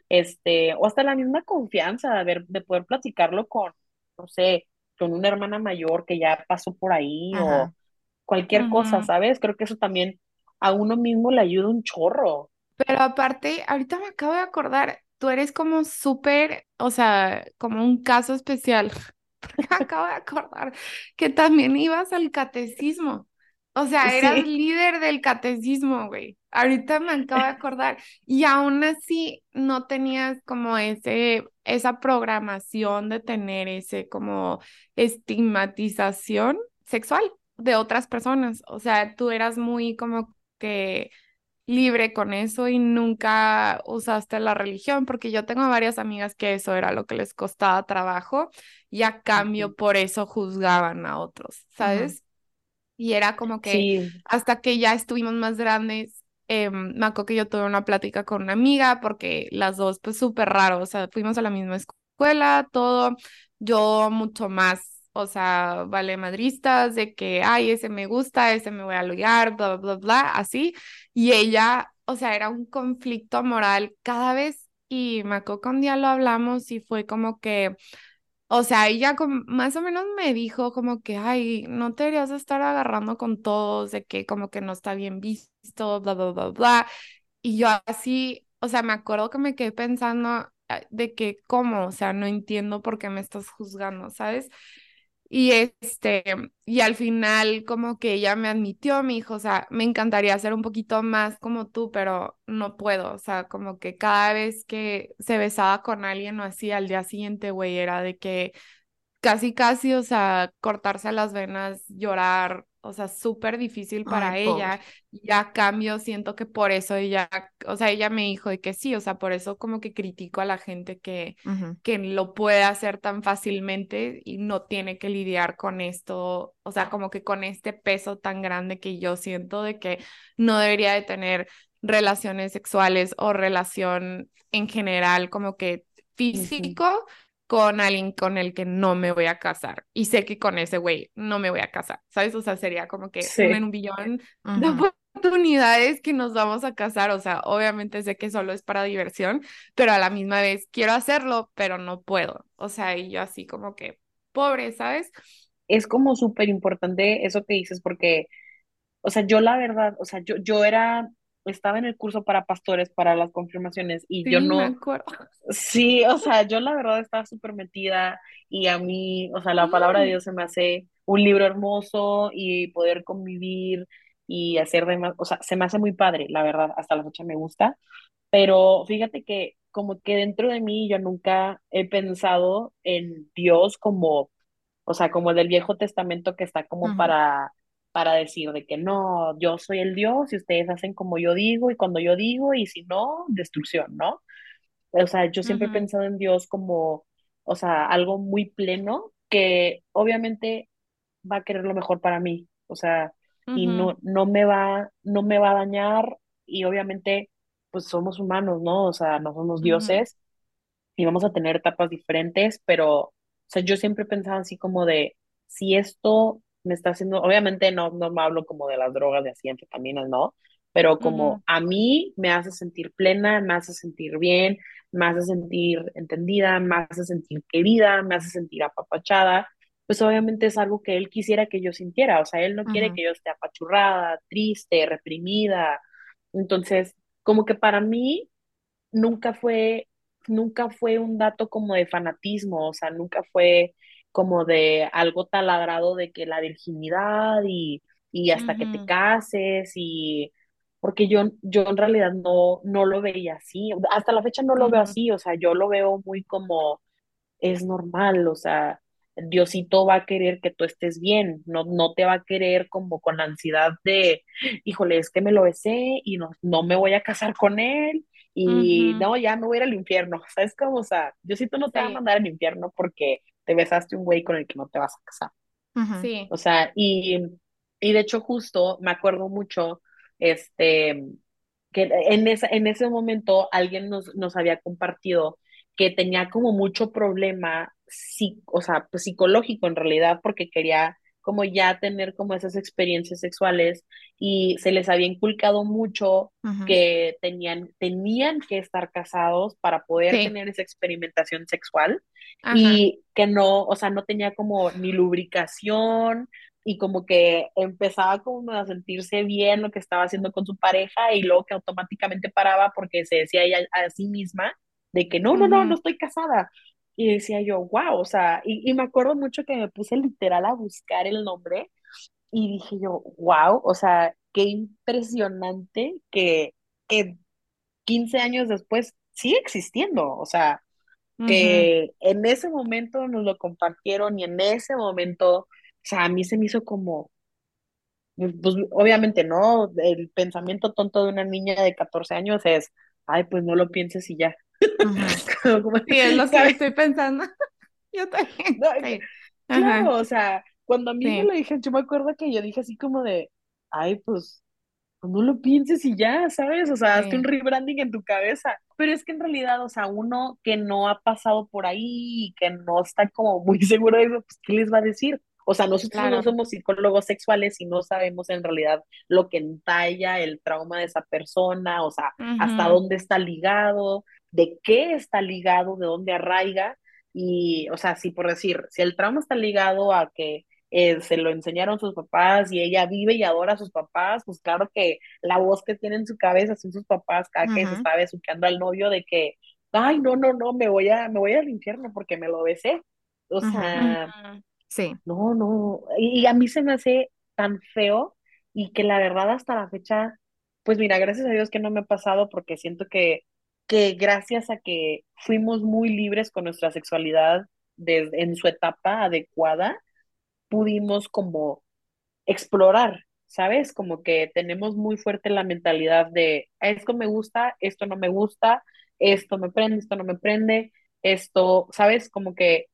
o hasta la misma confianza de poder platicarlo con, no sé, con una hermana mayor que ya pasó por ahí o ajá. cualquier cosa, Ujú. ¿sabes? Creo que eso también a uno mismo le ayuda un chorro. Pero aparte, ahorita me acabo de acordar, tú eres como súper, o sea, como un caso especial, porque me acabo de acordar que también ibas al catecismo. O sea, eras Sí. líder del catecismo, güey. Ahorita me acabo de acordar. Y aún así no tenías como esa programación de tener ese como estigmatización sexual de otras personas. O sea, tú eras muy como que libre con eso y nunca usaste la religión, porque yo tengo varias amigas que eso era lo que les costaba trabajo y a Ujú. cambio por eso juzgaban a otros, Ujú, ¿sabes? Y era como que Sí. hasta que ya estuvimos más grandes, me acuerdo que yo tuve una plática con una amiga porque las dos, pues súper raro, o sea, fuimos a la misma escuela, todo, yo mucho más. O sea, vale madristas de que, ay, ese me gusta, ese me voy a ligar, bla, bla, bla, bla, así. Y ella, o sea, era un conflicto moral cada vez. Y me acuerdo que un día lo hablamos y fue como que, o sea, ella más o menos me dijo como que, ay, no te deberías estar agarrando con todos, de que como que no está bien visto, bla, bla, bla, bla. Y yo así, o sea, me acuerdo que me quedé pensando de que, ¿cómo? O sea, no entiendo por qué me estás juzgando, ¿sabes? Y y al final como que ella me admitió, me dijo, o sea, me encantaría ser un poquito más como tú, pero no puedo, o sea, como que cada vez que se besaba con alguien o así, al día siguiente, güey, era de que casi, casi, o sea, cortarse las venas, llorar, o sea, súper difícil ay, para ella. pobre. Y a cambio, siento que por eso ella, o sea, ella me dijo de que sí, o sea, por eso como que critico a la gente Ujú, que lo puede hacer tan fácilmente y no tiene que lidiar con esto, o sea, como que con este peso tan grande que yo siento de que no debería de tener relaciones sexuales o relación en general, como que Ujú. físico con alguien con el que no me voy a casar. Y sé que con ese güey no me voy a casar, ¿sabes? O sea, sería como que una en Sí. un billón de ujú, oportunidades que nos vamos a casar. O sea, obviamente sé que solo es para diversión, pero a la misma vez quiero hacerlo, pero no puedo. O sea, y yo así como que pobre, ¿sabes? Es como súper importante eso que dices porque, o sea, yo la verdad, o sea, estaba en el curso para pastores, para las confirmaciones y yo Sí, me no, acuerdo. sí, o sea, yo la verdad estaba súper metida y a mí, o sea, la palabra de Dios se me hace un libro hermoso y poder convivir y hacer demás, o sea, se me hace muy padre, la verdad, hasta la fecha me gusta, pero fíjate que como que dentro de mí yo nunca he pensado en Dios como, o sea, como del Viejo Testamento que está como ujú, para decir de que no, yo soy el Dios y ustedes hacen como yo digo y cuando yo digo y si no, destrucción, ¿no? O sea, yo siempre he Ujú, pensado en Dios como, o sea, algo muy pleno que obviamente va a querer lo mejor para mí, o sea, y ujú, no me va a dañar y obviamente pues somos humanos, ¿no? O sea, no somos ujú, dioses y vamos a tener etapas diferentes, pero, o sea, yo siempre he pensado así como de, si esto me está haciendo, obviamente no me hablo como de las drogas, de así, anfetaminas, ¿no? Pero ujú, como a mí me hace sentir plena, me hace sentir bien, me hace sentir entendida, me hace sentir querida, me hace sentir apapachada, pues obviamente es algo que él quisiera que yo sintiera, o sea, él no quiere ujú, que yo esté apachurrada, triste, reprimida. Entonces, como que para mí nunca fue, nunca fue un dato como de fanatismo, o sea, nunca fue como de algo taladrado de que la virginidad y hasta que te ujú, cases y porque yo en realidad no lo veía así, hasta la fecha no lo veo ujú, así, o sea, yo lo veo muy como es normal, o sea, Diosito va a querer que tú estés bien, no te va a querer como con la ansiedad de, híjole, es que me lo besé y no me voy a casar con él y ujú. no, ya me voy a ir al infierno, ¿sabes cómo? O sea, Diosito no te va a Sí. mandar al infierno porque te besaste un güey con el que no te vas a casar. Ujú, Sí. O sea, y de hecho justo me acuerdo mucho, este, que en ese momento alguien nos había compartido que tenía como mucho problema, o sea, pues psicológico en realidad, porque quería como ya tener como esas experiencias sexuales y se les había inculcado mucho ujú, que tenían que estar casados para poder Sí. tener esa experimentación sexual Ajá. y que no, o sea, no tenía como ni lubricación y como que empezaba como a sentirse bien lo que estaba haciendo con su pareja y luego que automáticamente paraba porque se decía ella a sí misma de que no, no, no, no Ujú, estoy casada. Y decía yo, wow, o sea, y me acuerdo mucho que me puse literal a buscar el nombre y dije yo, wow, o sea, qué impresionante que 15 años después sigue existiendo, o sea, ujú, que en ese momento nos lo compartieron y en ese momento, o sea, a mí se me hizo como, pues obviamente no, el pensamiento tonto de una niña de 14 años es, ay, pues no lo pienses y ya. ujú, Como, Sí, es lo que yo ¿sabes? estoy pensando. Yo también. No, Sí. Ajá. claro, o sea, cuando a mí me Sí. lo dije, yo me acuerdo que yo dije así como de, ay, pues no lo pienses y ya, ¿sabes? O sea, hazte un Sí. rebranding en tu cabeza. Pero es que en realidad, o sea, uno que no ha pasado por ahí y que no está como muy seguro de eso, pues, ¿qué les va a decir? O sea, nosotros no Claro. somos psicólogos sexuales y no sabemos en realidad lo que entalla el trauma de esa persona, o sea, hasta Ujú, dónde está ligado, de qué está ligado, de dónde arraiga. Y, o sea, si por decir, si el trauma está ligado a que se lo enseñaron sus papás y ella vive y adora a sus papás, pues claro que la voz que tiene en su cabeza son sus papás cada que se ujú, está besuqueando al novio de que, ay, no, no, no, me voy al infierno porque me lo besé. O ujú. sea, ujú. Sí. no, no. Y a mí se me hace tan feo y que la verdad hasta la fecha, pues mira, gracias a Dios que no me ha pasado porque siento que gracias a que fuimos muy libres con nuestra sexualidad en su etapa adecuada, pudimos como explorar, ¿sabes? Como que tenemos muy fuerte la mentalidad de esto me gusta, esto no me gusta, esto me prende, esto no me prende, esto, ¿sabes? Como que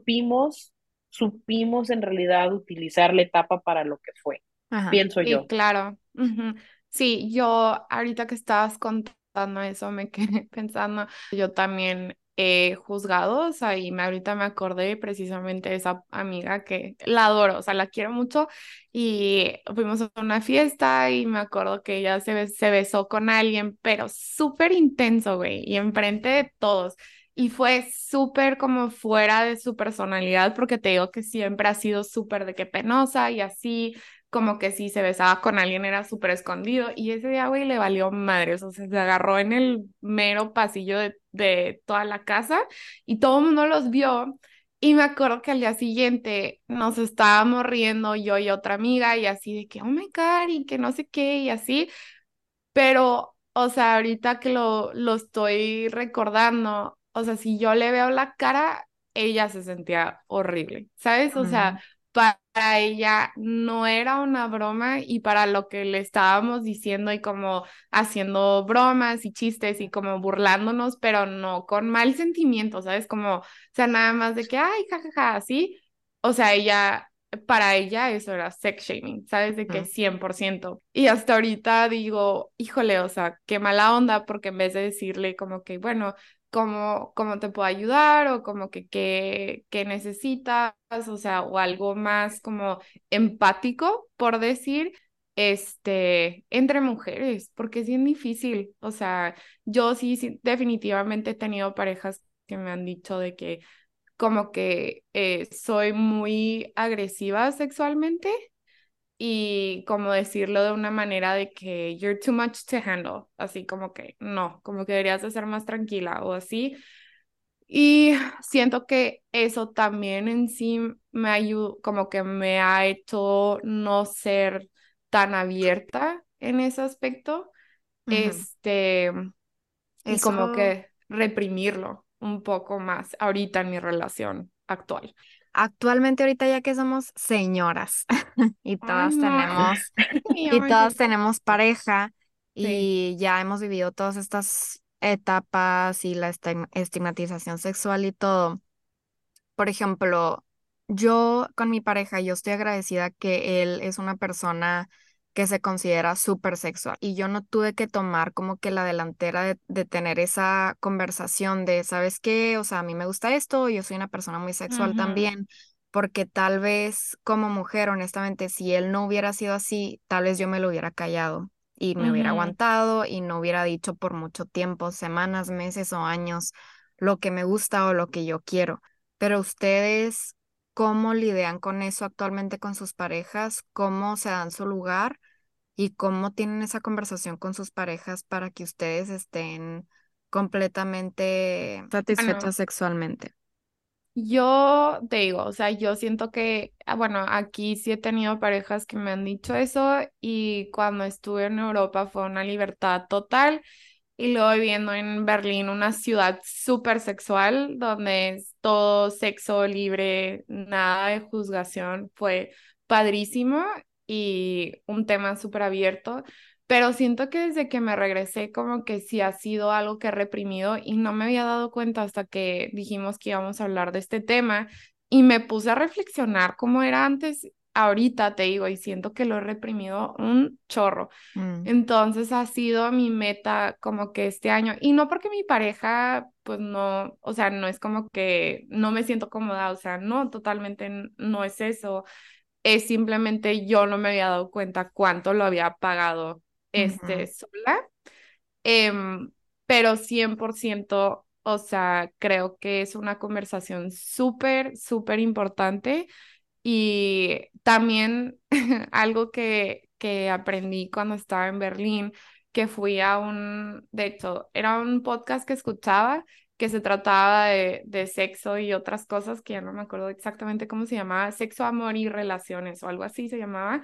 supimos en realidad utilizar la etapa para lo que fue, Ajá. pienso Sí, yo. claro. Ujú. Sí, yo ahorita que estabas contando eso me quedé pensando, yo también he juzgado, o sea, ahorita me acordé precisamente de esa amiga que la adoro, o sea, la quiero mucho y fuimos a una fiesta y me acuerdo que ella se besó con alguien, pero súper intenso, güey, y enfrente de todos. Y fue súper como fuera de su personalidad, porque te digo que siempre ha sido súper de que penosa y así como que si se besaba con alguien era súper escondido y ese día, güey, le valió madres, o sea, se agarró en el mero pasillo de toda la casa y todo el mundo los vio y me acuerdo que al día siguiente nos estábamos riendo yo y otra amiga y así de que, oh my God, y que no sé qué y así, pero, o sea, ahorita que lo estoy recordando, o sea, si yo le veo la cara, ella se sentía horrible, ¿sabes? O sea, Ujú, para ella no era una broma y para lo que le estábamos diciendo y como haciendo bromas y chistes y como burlándonos, pero no con mal sentimiento, ¿sabes? Como, o sea, nada más de que, ay, jajaja, así. O sea, para ella eso era sex shaming, ¿sabes? De que ujú, 100%. Y hasta ahorita digo, híjole, o sea, qué mala onda, porque en vez de decirle como que, bueno, cómo te puedo ayudar o como que qué necesitas, o sea, o algo más como empático, por decir, entre mujeres, porque es bien difícil. O sea, yo sí, sí, definitivamente he tenido parejas que me han dicho de que como que soy muy agresiva sexualmente y como decirlo de una manera de que you're too much to handle, así como que no, como que deberías de ser más tranquila o así. Y siento que eso también en sí me ayuda, como que me ha hecho no ser tan abierta en ese aspecto, ujú. este, y como Eso, que reprimirlo un poco más ahorita en mi relación actual. actualmente ahorita ya que somos señoras y Ay, todas no. tenemos, Ya y me todas siento. tenemos pareja Sí. y ya hemos vivido todas estas etapas y la estigmatización sexual y todo. por ejemplo, yo con mi pareja, yo estoy agradecida que él es una persona que se considera súper sexual y yo no tuve que tomar como que la delantera de tener esa conversación de, ¿sabes qué? O sea, a mí me gusta esto, yo soy una persona muy sexual Ujú, también, porque tal vez como mujer, honestamente, si él no hubiera sido así, tal vez yo me lo hubiera callado y me hubiera ujú. aguantado y no hubiera dicho por mucho tiempo, semanas, meses o años, lo que me gusta o lo que yo quiero. Pero ustedes, ¿cómo lidian con eso actualmente con sus parejas? ¿Cómo se dan su lugar? ¿Y cómo tienen esa conversación con sus parejas para que ustedes estén completamente Bueno, satisfechas sexualmente? yo te digo, o sea, yo siento que, bueno, aquí sí he tenido parejas que me han dicho eso y cuando estuve en Europa fue una libertad total y luego viviendo en Berlín, una ciudad súper sexual donde es todo sexo libre, nada de juzgación, fue padrísimo y un tema súper abierto. Pero siento que desde que me regresé, como que sí ha sido algo que he reprimido y no me había dado cuenta hasta que dijimos que íbamos a hablar de este tema y me puse a reflexionar cómo era antes, ahorita te digo, y siento que lo he reprimido un chorro. Mm, Entonces ha sido mi meta como que este año, y no porque mi pareja, pues no, o sea, no es como que no me siento cómoda, o sea, no, totalmente no es eso, es simplemente yo no me había dado cuenta cuánto lo había pagado ujú, sola, em, pero 100%, o sea, creo que es una conversación súper, súper importante y también algo que aprendí cuando estaba en Berlín, que fui a de hecho, era un podcast que escuchaba que se trataba de sexo y otras cosas que ya no me acuerdo exactamente cómo se llamaba, sexo, amor y relaciones o algo así se llamaba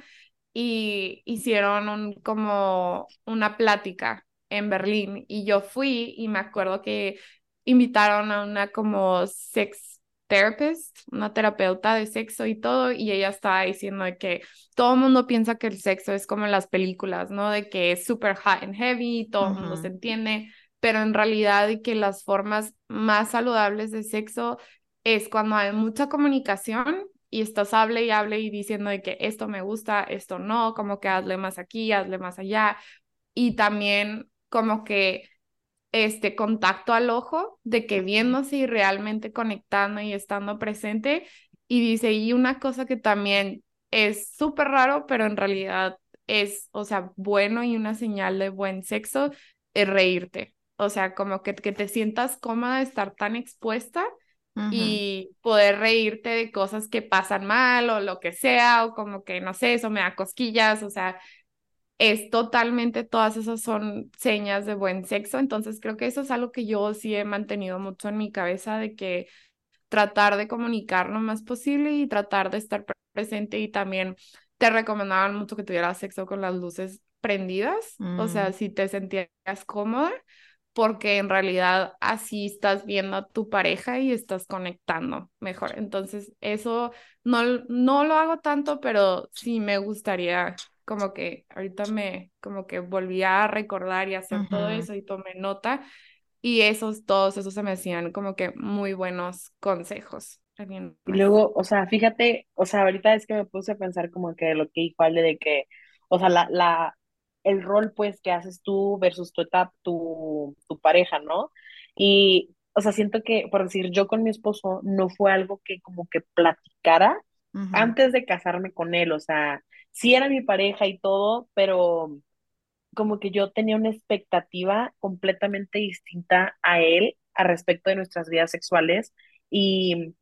y hicieron como una plática en Berlín y yo fui y me acuerdo que invitaron a una como sex therapist, una terapeuta de sexo y todo, y ella estaba diciendo de que todo el mundo piensa que el sexo es como en las películas, ¿no? De que es súper hot and heavy, todo el mundo se ujú, entiende, pero en realidad y que las formas más saludables de sexo es cuando hay mucha comunicación y estás hable y diciendo de que esto me gusta, esto no, como que hazle más aquí, hazle más allá. Y también como que este contacto al ojo, de que viéndose y realmente conectando y estando presente. Y dice, y una cosa que también es súper raro, pero en realidad es, o sea, bueno y una señal de buen sexo, es reírte. O sea, como que te sientas cómoda de estar tan expuesta ujú, y poder reírte de cosas que pasan mal o lo que sea, o como que, no sé, eso me da cosquillas, o sea, es totalmente, todas esas son señas de buen sexo, entonces creo que eso es algo que yo sí he mantenido mucho en mi cabeza, de que tratar de comunicar lo más posible y tratar de estar presente y también te recomendaban mucho que tuvieras sexo con las luces prendidas, o sea, mm, si te sentías cómoda, porque en realidad así estás viendo a tu pareja y estás conectando mejor. Entonces, eso no lo hago tanto, pero sí me gustaría como que ahorita como que volví a recordar y hacer todo ujú, eso y tomé nota y todos esos se me hacían como que muy buenos consejos. ¿Alguien Y más? luego, o sea, fíjate, o sea, ahorita es que me puse a pensar como que lo que dijo Ale de que, o sea, el rol pues que haces tú versus tu pareja, ¿no? Y, o sea, siento que, por decir, yo con mi esposo no fue algo que como que platicara ujú, antes de casarme con él, o sea, sí era mi pareja y todo, pero como que yo tenía una expectativa completamente distinta a él a respecto de nuestras vidas sexuales y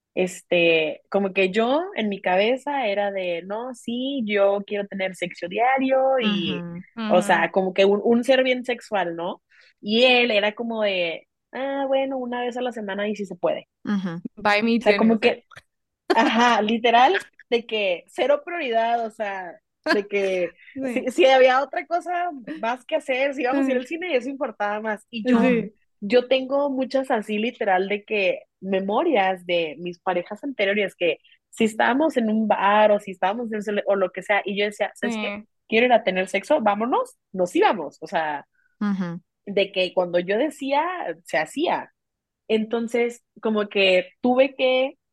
como que yo en mi cabeza era de, no, sí, yo quiero tener sexo diario y, ujú, o Ujú, sea, como que un ser bien sexual, ¿no? Y él era como de, ah, bueno, una vez a la semana y si se puede. ujú, Buy me O sea, dinner. como que, ajá, literal, de que cero prioridad, o sea, de que Sí, si había otra cosa más que hacer, si íbamos a ir al sí, cine, eso importaba más. Y ujú, yo tengo muchas así literal de que memorias de mis parejas anteriores que si estábamos en un bar o si estábamos o lo que sea, y yo decía, ¿sabes qué? sí. ¿Quiero ir a tener sexo? Vámonos, nos íbamos. O sea, ujú, de que cuando yo decía, se hacía. Entonces, como que tuve que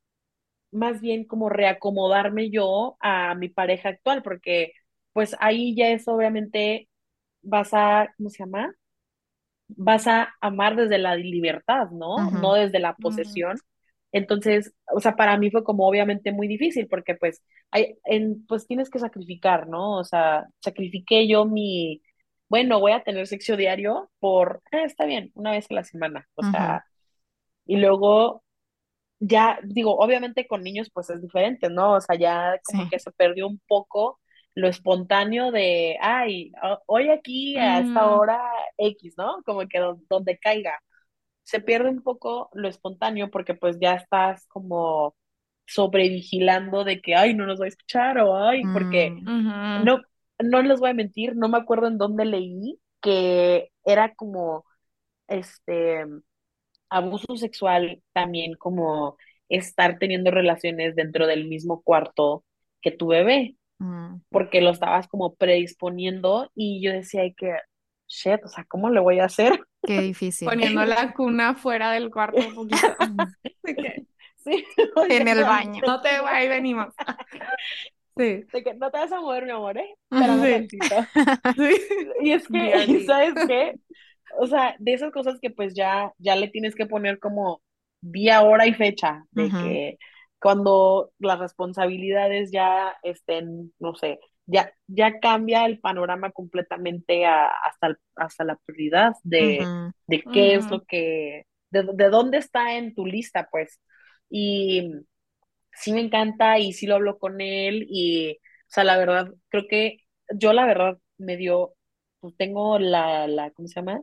más bien como reacomodarme yo a mi pareja actual, porque pues ahí ya es obviamente vas a, ¿cómo se llama? Vas a amar desde la libertad, ¿no? Ujú, No desde la Mm, posesión. Entonces, o sea, para mí fue como obviamente muy difícil porque pues, pues tienes que sacrificar, ¿no? O sea, sacrifiqué yo bueno, voy a tener sexo diario está bien, una vez a la semana, o ujú, sea, y luego ya digo, obviamente con niños pues es diferente, ¿no? O sea, ya como sí. que se perdió un poco lo espontáneo de, ay, hoy aquí a esta mm, hora X, ¿no? Como que donde caiga. Se pierde un poco lo espontáneo porque pues ya estás como sobrevigilando de que, ay, no nos va a escuchar o ay, porque Mm, ujú, no, no les voy a mentir, no me acuerdo en dónde leí que era como, este, abuso sexual también como estar teniendo relaciones dentro del mismo cuarto que tu bebé, mm. porque lo estabas como predisponiendo y yo decía ay, que, shit, o sea, ¿cómo le voy a hacer? Qué difícil. poniendo la cuna fuera del cuarto un poquito. De que Sí, En el exacto. baño. no te ahí venimos. Sí, De que no te vas a mover, mi amor, ¿eh? Espérame sí, tantito. sí. Y es que, ¿y BRB. sabes qué? O sea, de esas cosas que pues ya le tienes que poner como día, hora y fecha, de Ujú, que cuando las responsabilidades ya estén, no sé, ya cambia el panorama completamente hasta la prioridad ujú, de qué es Ujú, lo de dónde está en tu lista, pues. Y sí me encanta y sí lo hablo con él y, o sea, la verdad, creo que yo la verdad pues tengo ¿cómo se llama?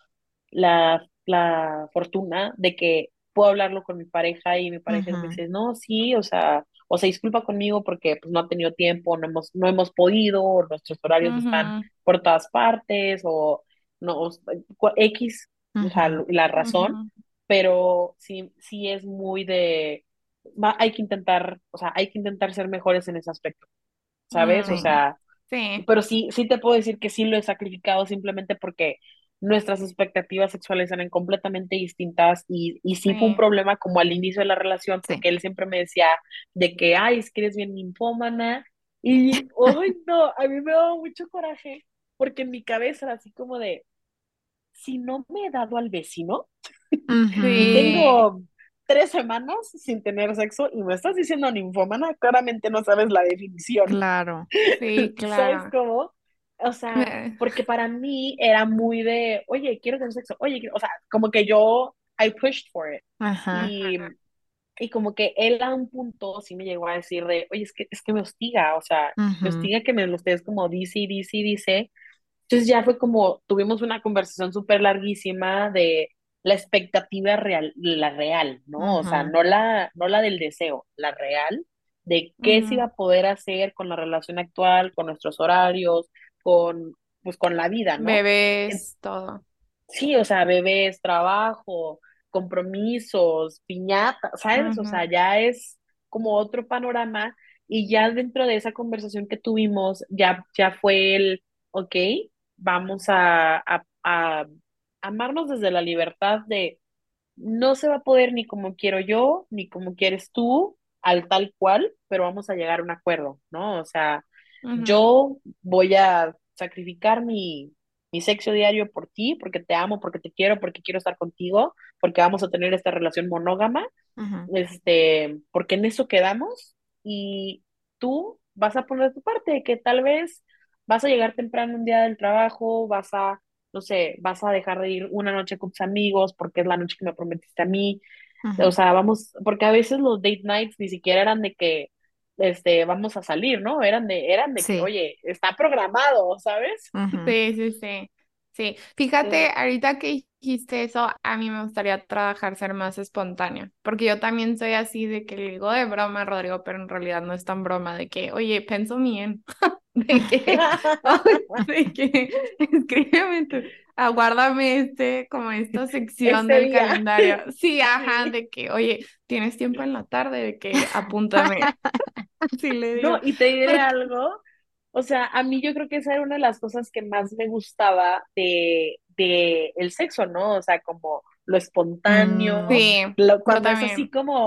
La fortuna de que puedo hablarlo con mi pareja y mi pareja me ujú, dice, no, sí, o sea, disculpa conmigo porque pues no ha tenido tiempo, no hemos podido, o nuestros horarios están ujú, por todas partes, o no, X, o sea, ujú. la razón, ujú, pero sí, sí es muy hay que intentar, o sea, hay que intentar ser mejores en ese aspecto, ¿sabes? O mm, sea, sí, pero sí, sí te puedo decir que sí lo he sacrificado simplemente porque nuestras expectativas sexuales eran completamente distintas y sí fue un sí. problema como al inicio de la relación Sí. porque él siempre me decía de que, ay, es que eres bien ninfómana y, ay, no, a mí me daba mucho coraje porque en mi cabeza era así como de, si no me he dado al vecino y Ujú, Sí, tengo 3 semanas sin tener sexo y me estás diciendo ninfómana, claramente no sabes la definición. claro. sí, ¿Sabes claro. cómo? O sea, Me- porque para mí era muy de, oye, quiero tener sexo, oye, o sea, como que I pushed for it. Ajá. Y como que él a un punto sí me llegó a decir de, oye, es que me hostiga, o sea, me Ujú, hostiga que me lo estés como dice y dice y dice. Entonces ya fue como, tuvimos una conversación súper larguísima de la expectativa real, la real, ¿no? O sea, ujú, no la del deseo, la real, de qué se iba ujú, a poder hacer con la relación actual, con nuestros horarios, pues con la vida, ¿no? En- bebés, todo. Sí, o sea, bebés, trabajo, compromisos, piñata, ¿sabes? O sea, Ujú, ya es como otro panorama y ya dentro de esa conversación que tuvimos, ya fue ok, vamos a amarnos desde la libertad de no se va a poder ni como quiero yo, ni como quieres tú, al tal cual, pero vamos a llegar a un acuerdo, ¿no? O sea, ujú, yo voy a sacrificar mi sexo diario por ti, porque te amo, porque quiero estar contigo, porque vamos a tener esta relación monógama, ujú, porque en eso quedamos y tú vas a poner tu parte, que tal vez vas a llegar temprano un día del trabajo, no sé, vas a dejar de ir una noche con tus amigos porque es la noche que me prometiste a mí, o ujú. sea, porque a veces los date nights ni siquiera eran de que, vamos a salir, ¿no? Eran de que, Sí. oye, está programado, ¿sabes? Ujú, sí, sí, sí. Sí, Sí. fíjate, ahorita que dijiste eso, a mí me gustaría trabajar ser más espontánea, porque yo también soy así de que le digo de broma a Rodrigo, pero en realidad no es tan broma, de que, oye, pienso bien, de que, de que, escríbeme aguárdame como esta sección Ese del día, calendario. Sí, ajá, sí. de que, oye, ¿tienes tiempo en la tarde? De que apúntame, así le No, digo, y te diré porque, algo, o sea, a mí yo creo que esa era una de las cosas que más me gustaba de el sexo, ¿no? O sea, como lo espontáneo, mm, sí, yo cuando es así también. como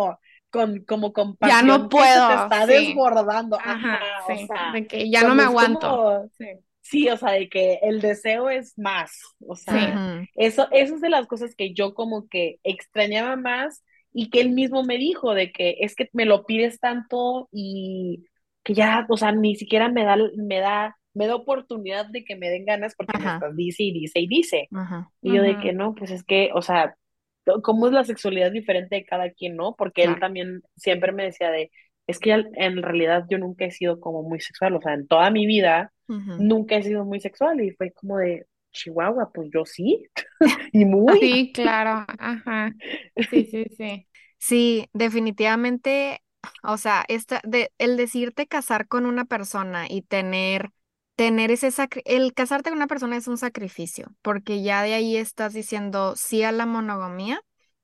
como Ya no compasión que se te puedo, está sí. desbordando. Ajá, Ajá, o sí. sea, De que ya no me cuando es aguanto. como, Sí. sí, o sea, de que el deseo es más, o sea, Sí. Ujú. eso es de las cosas que yo como que extrañaba más y que él mismo me dijo de que es que me lo pides tanto y que ya, o sea, ni siquiera me da oportunidad de que me den ganas porque me Ajá, estás dice y dice y dice. ajá, Y yo de Ujú, que no, pues es que, o sea, cómo es la sexualidad diferente de cada quien, ¿no? Porque él claro. también siempre me decía es que en realidad yo nunca he sido como muy sexual, o sea, en toda mi vida Ujú. nunca he sido muy sexual y fue como de, Chihuahua, pues yo sí, y muy. sí, claro. Ajá. Sí, sí, sí. Sí, definitivamente, o sea, el decirte casar con una persona y tener el casarte con una persona es un sacrificio, porque ya de ahí estás diciendo sí a la monogamía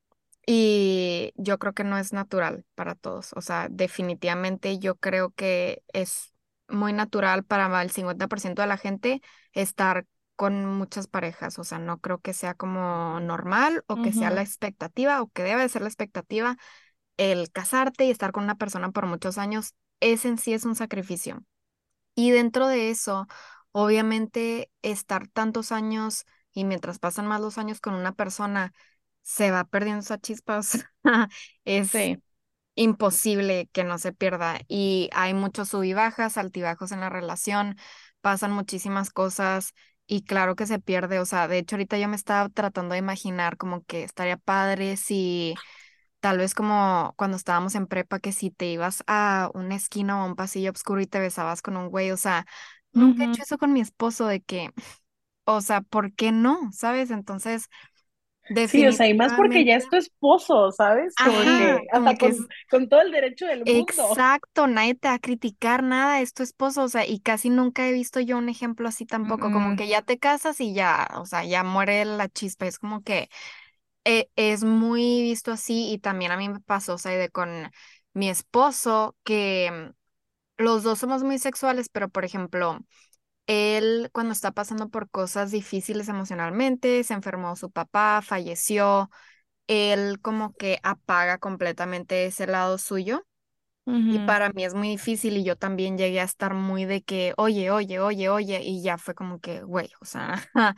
y yo creo que no es natural para todos. O sea, definitivamente yo creo que es muy natural para el 50% de la gente estar con muchas parejas. O sea, no creo que sea como normal o que sea la Ujú, expectativa o que debe de ser la expectativa el casarte y estar con una persona por muchos años. Ese en sí es un sacrificio. Y dentro de eso, obviamente, estar tantos años y mientras pasan más los años con una persona, se va perdiendo esa chispa. O sea, es sí. imposible que no se pierda. Y hay muchos sub y bajas, altibajos en la relación, pasan muchísimas cosas y claro que se pierde. O sea, de hecho, ahorita yo me estaba tratando de imaginar como que estaría padre si tal vez como cuando estábamos en prepa, que si te ibas a una esquina o a un pasillo oscuro y te besabas con un güey, o sea, nunca he Ujú, hecho eso con mi esposo de que, o sea, ¿por qué no? ¿Sabes? Entonces, Sí, o sea, y más porque ya definitivamente, es tu esposo, ¿sabes? Como ajá, que como hasta que es con todo el derecho del mundo. exacto, nadie te va a criticar nada, es tu esposo, o sea, y casi nunca he visto yo un ejemplo así tampoco, como mm, que ya te casas y ya, o sea, ya muere la chispa, es como que es muy visto así y también a mí me pasó, o sea, de con mi esposo, que los dos somos muy sexuales, pero por ejemplo, él cuando está pasando por cosas difíciles emocionalmente, se enfermó su papá, falleció, él como que apaga completamente ese lado suyo. Y ujú, para mí es muy difícil y yo también llegué a estar muy de que, oye, oye, oye, oye, y ya fue como que, güey, o sea,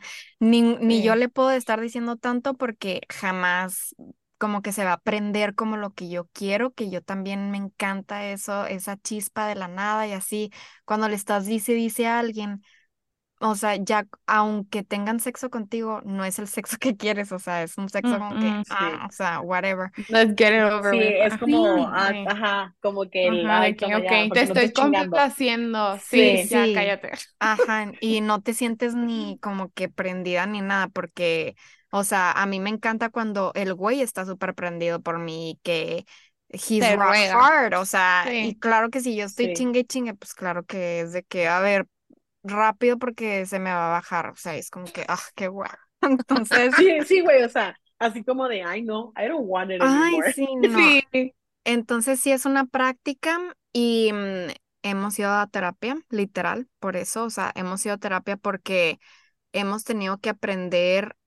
ni yo sí. le puedo estar diciendo tanto porque jamás como que se va a aprender como lo que yo quiero, que yo también me encanta eso, esa chispa de la nada y así, cuando le estás dice a alguien. O sea, ya aunque tengan sexo contigo, no es el sexo que quieres, o sea, es un sexo Mm, como que, mm. Sí. o sea, whatever. Let's get it over Sí, with. es como, Sí, ah, Sí. ajá, como que Ajá, ay, de que, toma ok, ya, te porque no estoy estés chingando. complaciendo. Sí, Sí, ya sí, cállate. ajá, y no te sientes ni como que prendida ni nada, porque, o sea, a mí me encanta cuando el güey está súper prendido por mí, que he's Te rock ruega. hard, o sea, y Sí. claro que si yo estoy sí. chingue y chingue, pues claro que es de que, a ver, rápido porque se me va a bajar, o sea, es como que, qué guay. Entonces, Sí, sí, güey, o sea, así como de, ay, no, I don't want it ay, anymore. sí, no. Sí. Entonces sí es una práctica y hemos ido a terapia, literal, por eso, o sea, hemos ido a terapia porque hemos tenido que aprender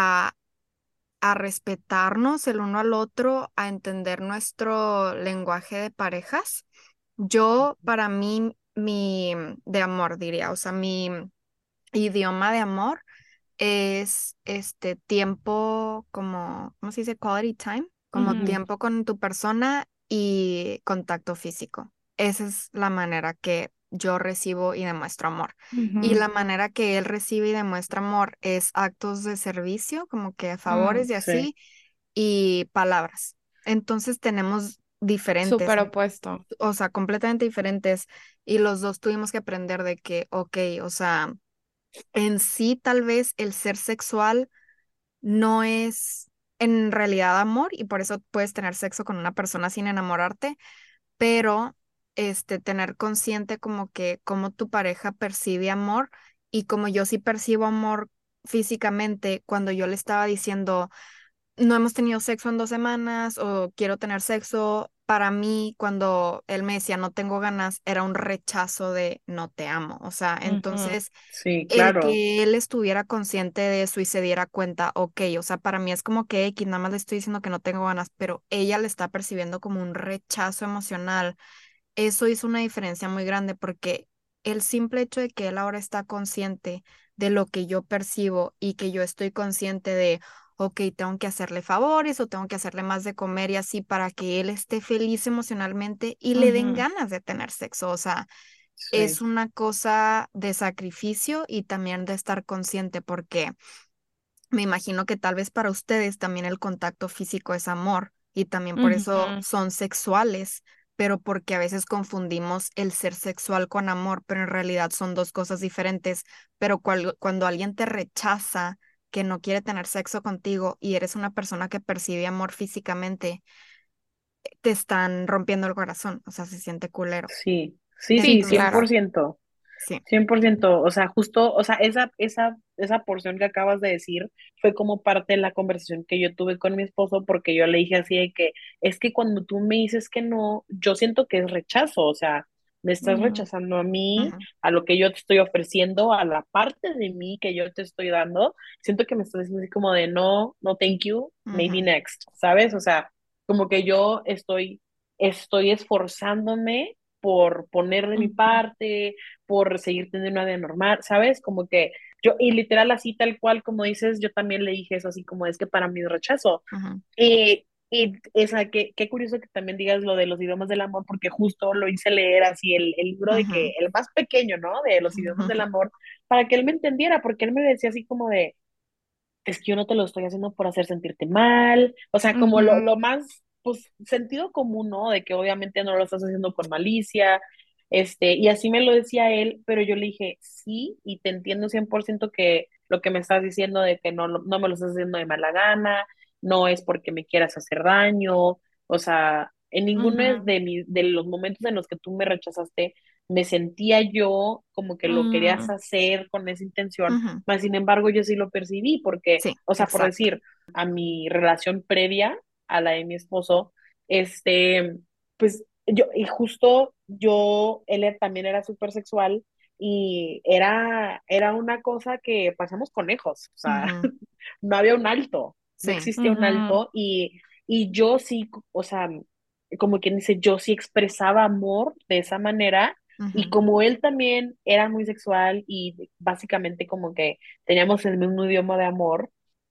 a respetarnos el uno al otro, a entender nuestro lenguaje de parejas. Yo, para mí, de amor, diría, o sea, mi idioma de amor es este tiempo como, ¿cómo se dice? Quality time, como Ujú, tiempo con tu persona y contacto físico. Esa es la manera que yo recibo y demuestro amor. Y ujú, la manera que él recibe y demuestra amor es actos de servicio, como que mm, favores y Sí. así, y palabras. Entonces tenemos diferentes, súper opuesto. o sea, completamente diferentes, y los dos tuvimos que aprender de que, ok, o sea, en sí tal vez el ser sexual no es en realidad amor y por eso puedes tener sexo con una persona sin enamorarte, pero tener consciente como que cómo tu pareja percibe amor y como yo sí percibo amor físicamente cuando yo le estaba diciendo no hemos tenido sexo en 2 semanas o quiero tener sexo, para mí, cuando él me decía no tengo ganas, era un rechazo de no te amo. O sea, Ujú, entonces Sí, el claro. que él estuviera consciente de eso y se diera cuenta, ok, o sea, para mí es como que X, nada más le estoy diciendo que no tengo ganas, pero ella le está percibiendo como un rechazo emocional. Eso hizo una diferencia muy grande porque el simple hecho de que él ahora está consciente de lo que yo percibo y que yo estoy consciente de, ok, tengo que hacerle favores o tengo que hacerle más de comer y así para que él esté feliz emocionalmente y le den ujú, ganas de tener sexo. O sea, es Sí. una cosa de sacrificio y también de estar consciente porque me imagino que tal vez para ustedes también el contacto físico es amor y también por eso ujú, son sexuales, pero porque a veces confundimos el ser sexual con amor, pero en realidad son dos cosas diferentes. Pero cuando alguien te rechaza, que no quiere tener sexo contigo y eres una persona que percibe amor físicamente, te están rompiendo el corazón, o sea, se siente culero. Sí, sí, sí, sí, cien por claro. Entonces, ciento sí. 100%, o sea, justo, o sea, esa porción que acabas de decir fue como parte de la conversación que yo tuve con mi esposo, porque yo le dije así de que es que cuando tú me dices que no, yo siento que es rechazo, o sea, me estás Ujú, rechazando a mí, Ujú, a lo que yo te estoy ofreciendo, a la parte de mí que yo te estoy dando, siento que me estás diciendo así como de no, no, thank you, maybe ujú, next, ¿sabes? O sea, como que yo estoy esforzándome por poner de mi ujú, parte, por seguir teniendo una vida normal, ¿sabes? Como que yo, y literal así tal cual como dices, yo también le dije eso así como es que para mí es rechazo. ujú, Y esa, qué curioso que también digas lo de los idiomas del amor, porque justo lo hice leer así el libro de que, ujú, el más pequeño, ¿no? De los idiomas del amor, para que él me entendiera, porque él me decía así como de, es que yo no te lo estoy haciendo por hacer sentirte mal, o sea, como ujú, lo más, pues, sentido común, ¿no? De que obviamente no lo estás haciendo con malicia, y así me lo decía él, pero yo le dije, sí, y te entiendo 100% que lo que me estás diciendo de que no me lo estás haciendo de mala gana, no es porque me quieras hacer daño, o sea, en ninguno ujú, de los momentos en los que tú me rechazaste, me sentía yo como que lo querías ujú, hacer con esa intención, ujú. mas, sin embargo, yo sí lo percibí porque, Sí, o sea, por exacto. decir, a mi relación previa a la de mi esposo, pues y justo también era súper sexual y era una cosa que pasamos conejos, o sea, Ujú, no había un alto, no sí, existía un ujú, alto y yo sí, o sea, como quien dice, yo sí expresaba amor de esa manera y ujú, como él también era muy sexual y básicamente como que teníamos el mismo idioma de amor,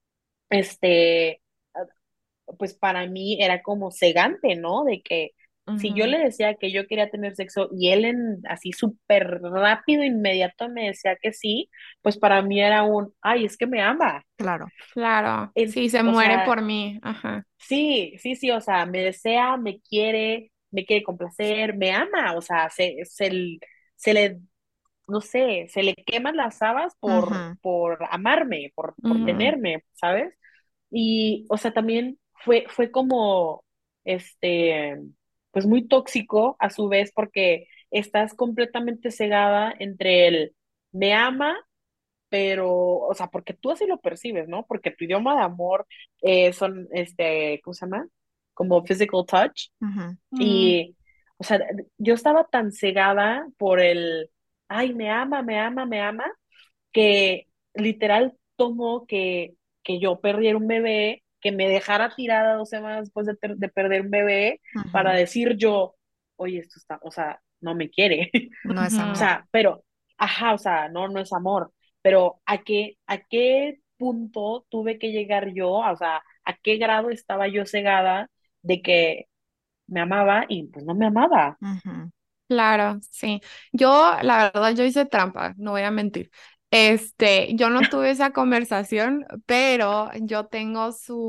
este, pues para mí era como cegante, ¿no? De que si yo ujú. le decía que yo quería tener sexo y él así súper rápido, inmediato me decía que sí, pues para mí era ay, es que me ama. claro. Claro, sí, se O muere sea, por mí. Ajá. sí, sí, sí, o sea, me desea, me quiere complacer, me ama, o sea, se le, no sé, se le queman las habas Ujú, por amarme, por Ujú, tenerme, ¿sabes? Y, o sea, también fue como, este, pues muy tóxico a su vez porque estás completamente cegada entre el me ama, pero, o sea, porque tú así lo percibes, ¿no? Porque tu idioma de amor son, ¿cómo se llama? Como physical touch. ujú, ujú, Y, o sea, yo estaba tan cegada por ay, me ama, me ama, me ama, que literal tomó que yo perdiera un bebé, que me dejara tirada 2 semanas después de perder un bebé, para ujú. decir yo, oye, esto está, o sea, no me quiere. No es O ujú. amor. sea, pero, ajá, o sea, no es amor, pero ¿a qué punto tuve que llegar yo? O sea, ¿a qué grado estaba yo cegada de que me amaba y pues no me amaba? Ujú, Claro, sí. Yo, la verdad, yo hice trampa, no voy a mentir. Yo no tuve esa conversación, pero yo tengo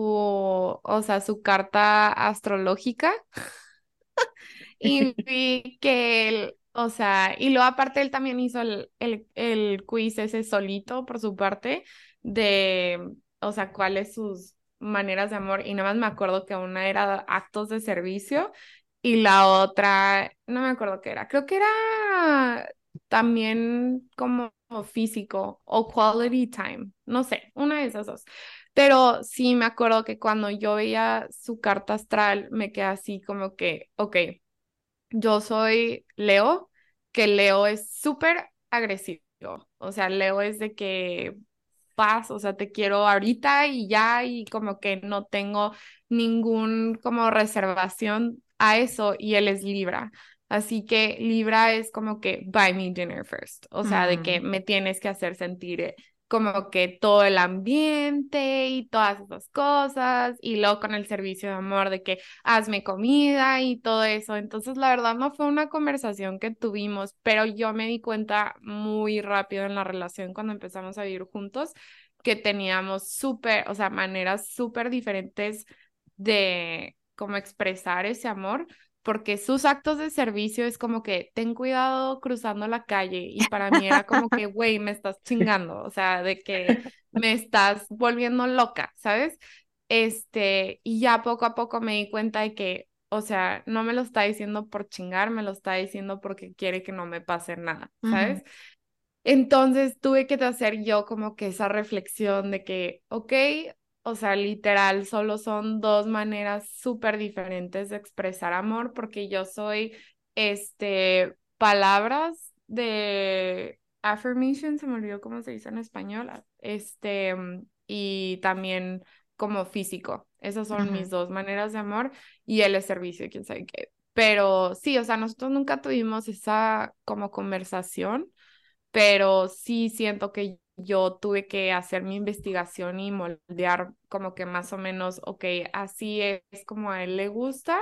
o sea, su carta astrológica y vi que él, o sea, y luego aparte él también hizo el quiz ese solito por su parte de, o sea, cuáles sus maneras de amor y nada más me acuerdo que una era actos de servicio y la otra, no me acuerdo qué era, creo que era también como físico o quality time, no sé, una de esas dos. Pero sí me acuerdo que cuando yo veía su carta astral, me quedé así como que, ok, yo soy Leo, que Leo es súper agresivo. O sea, Leo es de que paz, o sea, te quiero ahorita y ya, y como que no tengo ningún como reservación a eso, y él es Libra. Así que Libra es como que buy me dinner first, o sea, de que Mm, me tienes que hacer sentir como que todo el ambiente y todas esas cosas, y luego con el servicio de amor de que hazme comida y todo eso. Entonces, la verdad no fue una conversación que tuvimos, pero yo me di cuenta muy rápido en la relación cuando empezamos a vivir juntos que teníamos súper, o sea, maneras súper diferentes de cómo expresar ese amor, porque sus actos de servicio es como que ten cuidado cruzando la calle, y para mí era como que, güey, me estás chingando, o sea, de que me estás volviendo loca, ¿sabes? Y ya poco a poco me di cuenta de que, o sea, no me lo está diciendo por chingar, me lo está diciendo porque quiere que no me pase nada, ujú, ¿sabes? Entonces tuve que hacer yo como que esa reflexión de que, ok, o sea, literal, solo son dos maneras súper diferentes de expresar amor, porque yo soy, palabras de affirmation, se me olvidó cómo se dice en español, y también como físico. Esas son mis ujú, dos maneras de amor, y él es servicio, quién sabe qué. Pero sí, o sea, nosotros nunca tuvimos esa como conversación, pero sí siento que yo tuve que hacer mi investigación y moldear como que más o menos, ok, así es como a él le gusta,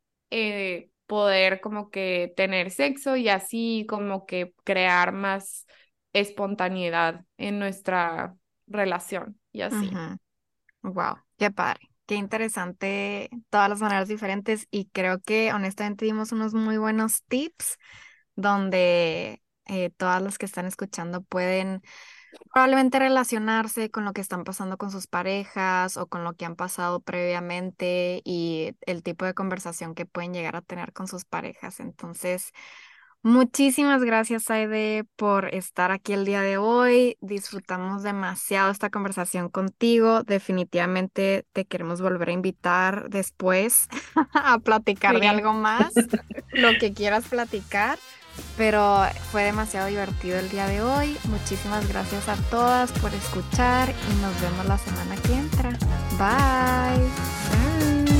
poder como que tener sexo y así como que crear más espontaneidad en nuestra relación y así. ujú. Wow, qué padre, qué interesante, todas las maneras diferentes y creo que honestamente dimos unos muy buenos tips donde todas las que están escuchando pueden probablemente relacionarse con lo que están pasando con sus parejas o con lo que han pasado previamente y el tipo de conversación que pueden llegar a tener con sus parejas. Entonces, muchísimas gracias, Aide, por estar aquí el día de hoy. Disfrutamos demasiado esta conversación contigo. Definitivamente te queremos volver a invitar después a platicar de Sí. algo más, lo que quieras platicar. Pero fue demasiado divertido el día de hoy. Muchísimas gracias a todas por escuchar y nos vemos la semana que entra. Bye. Bye.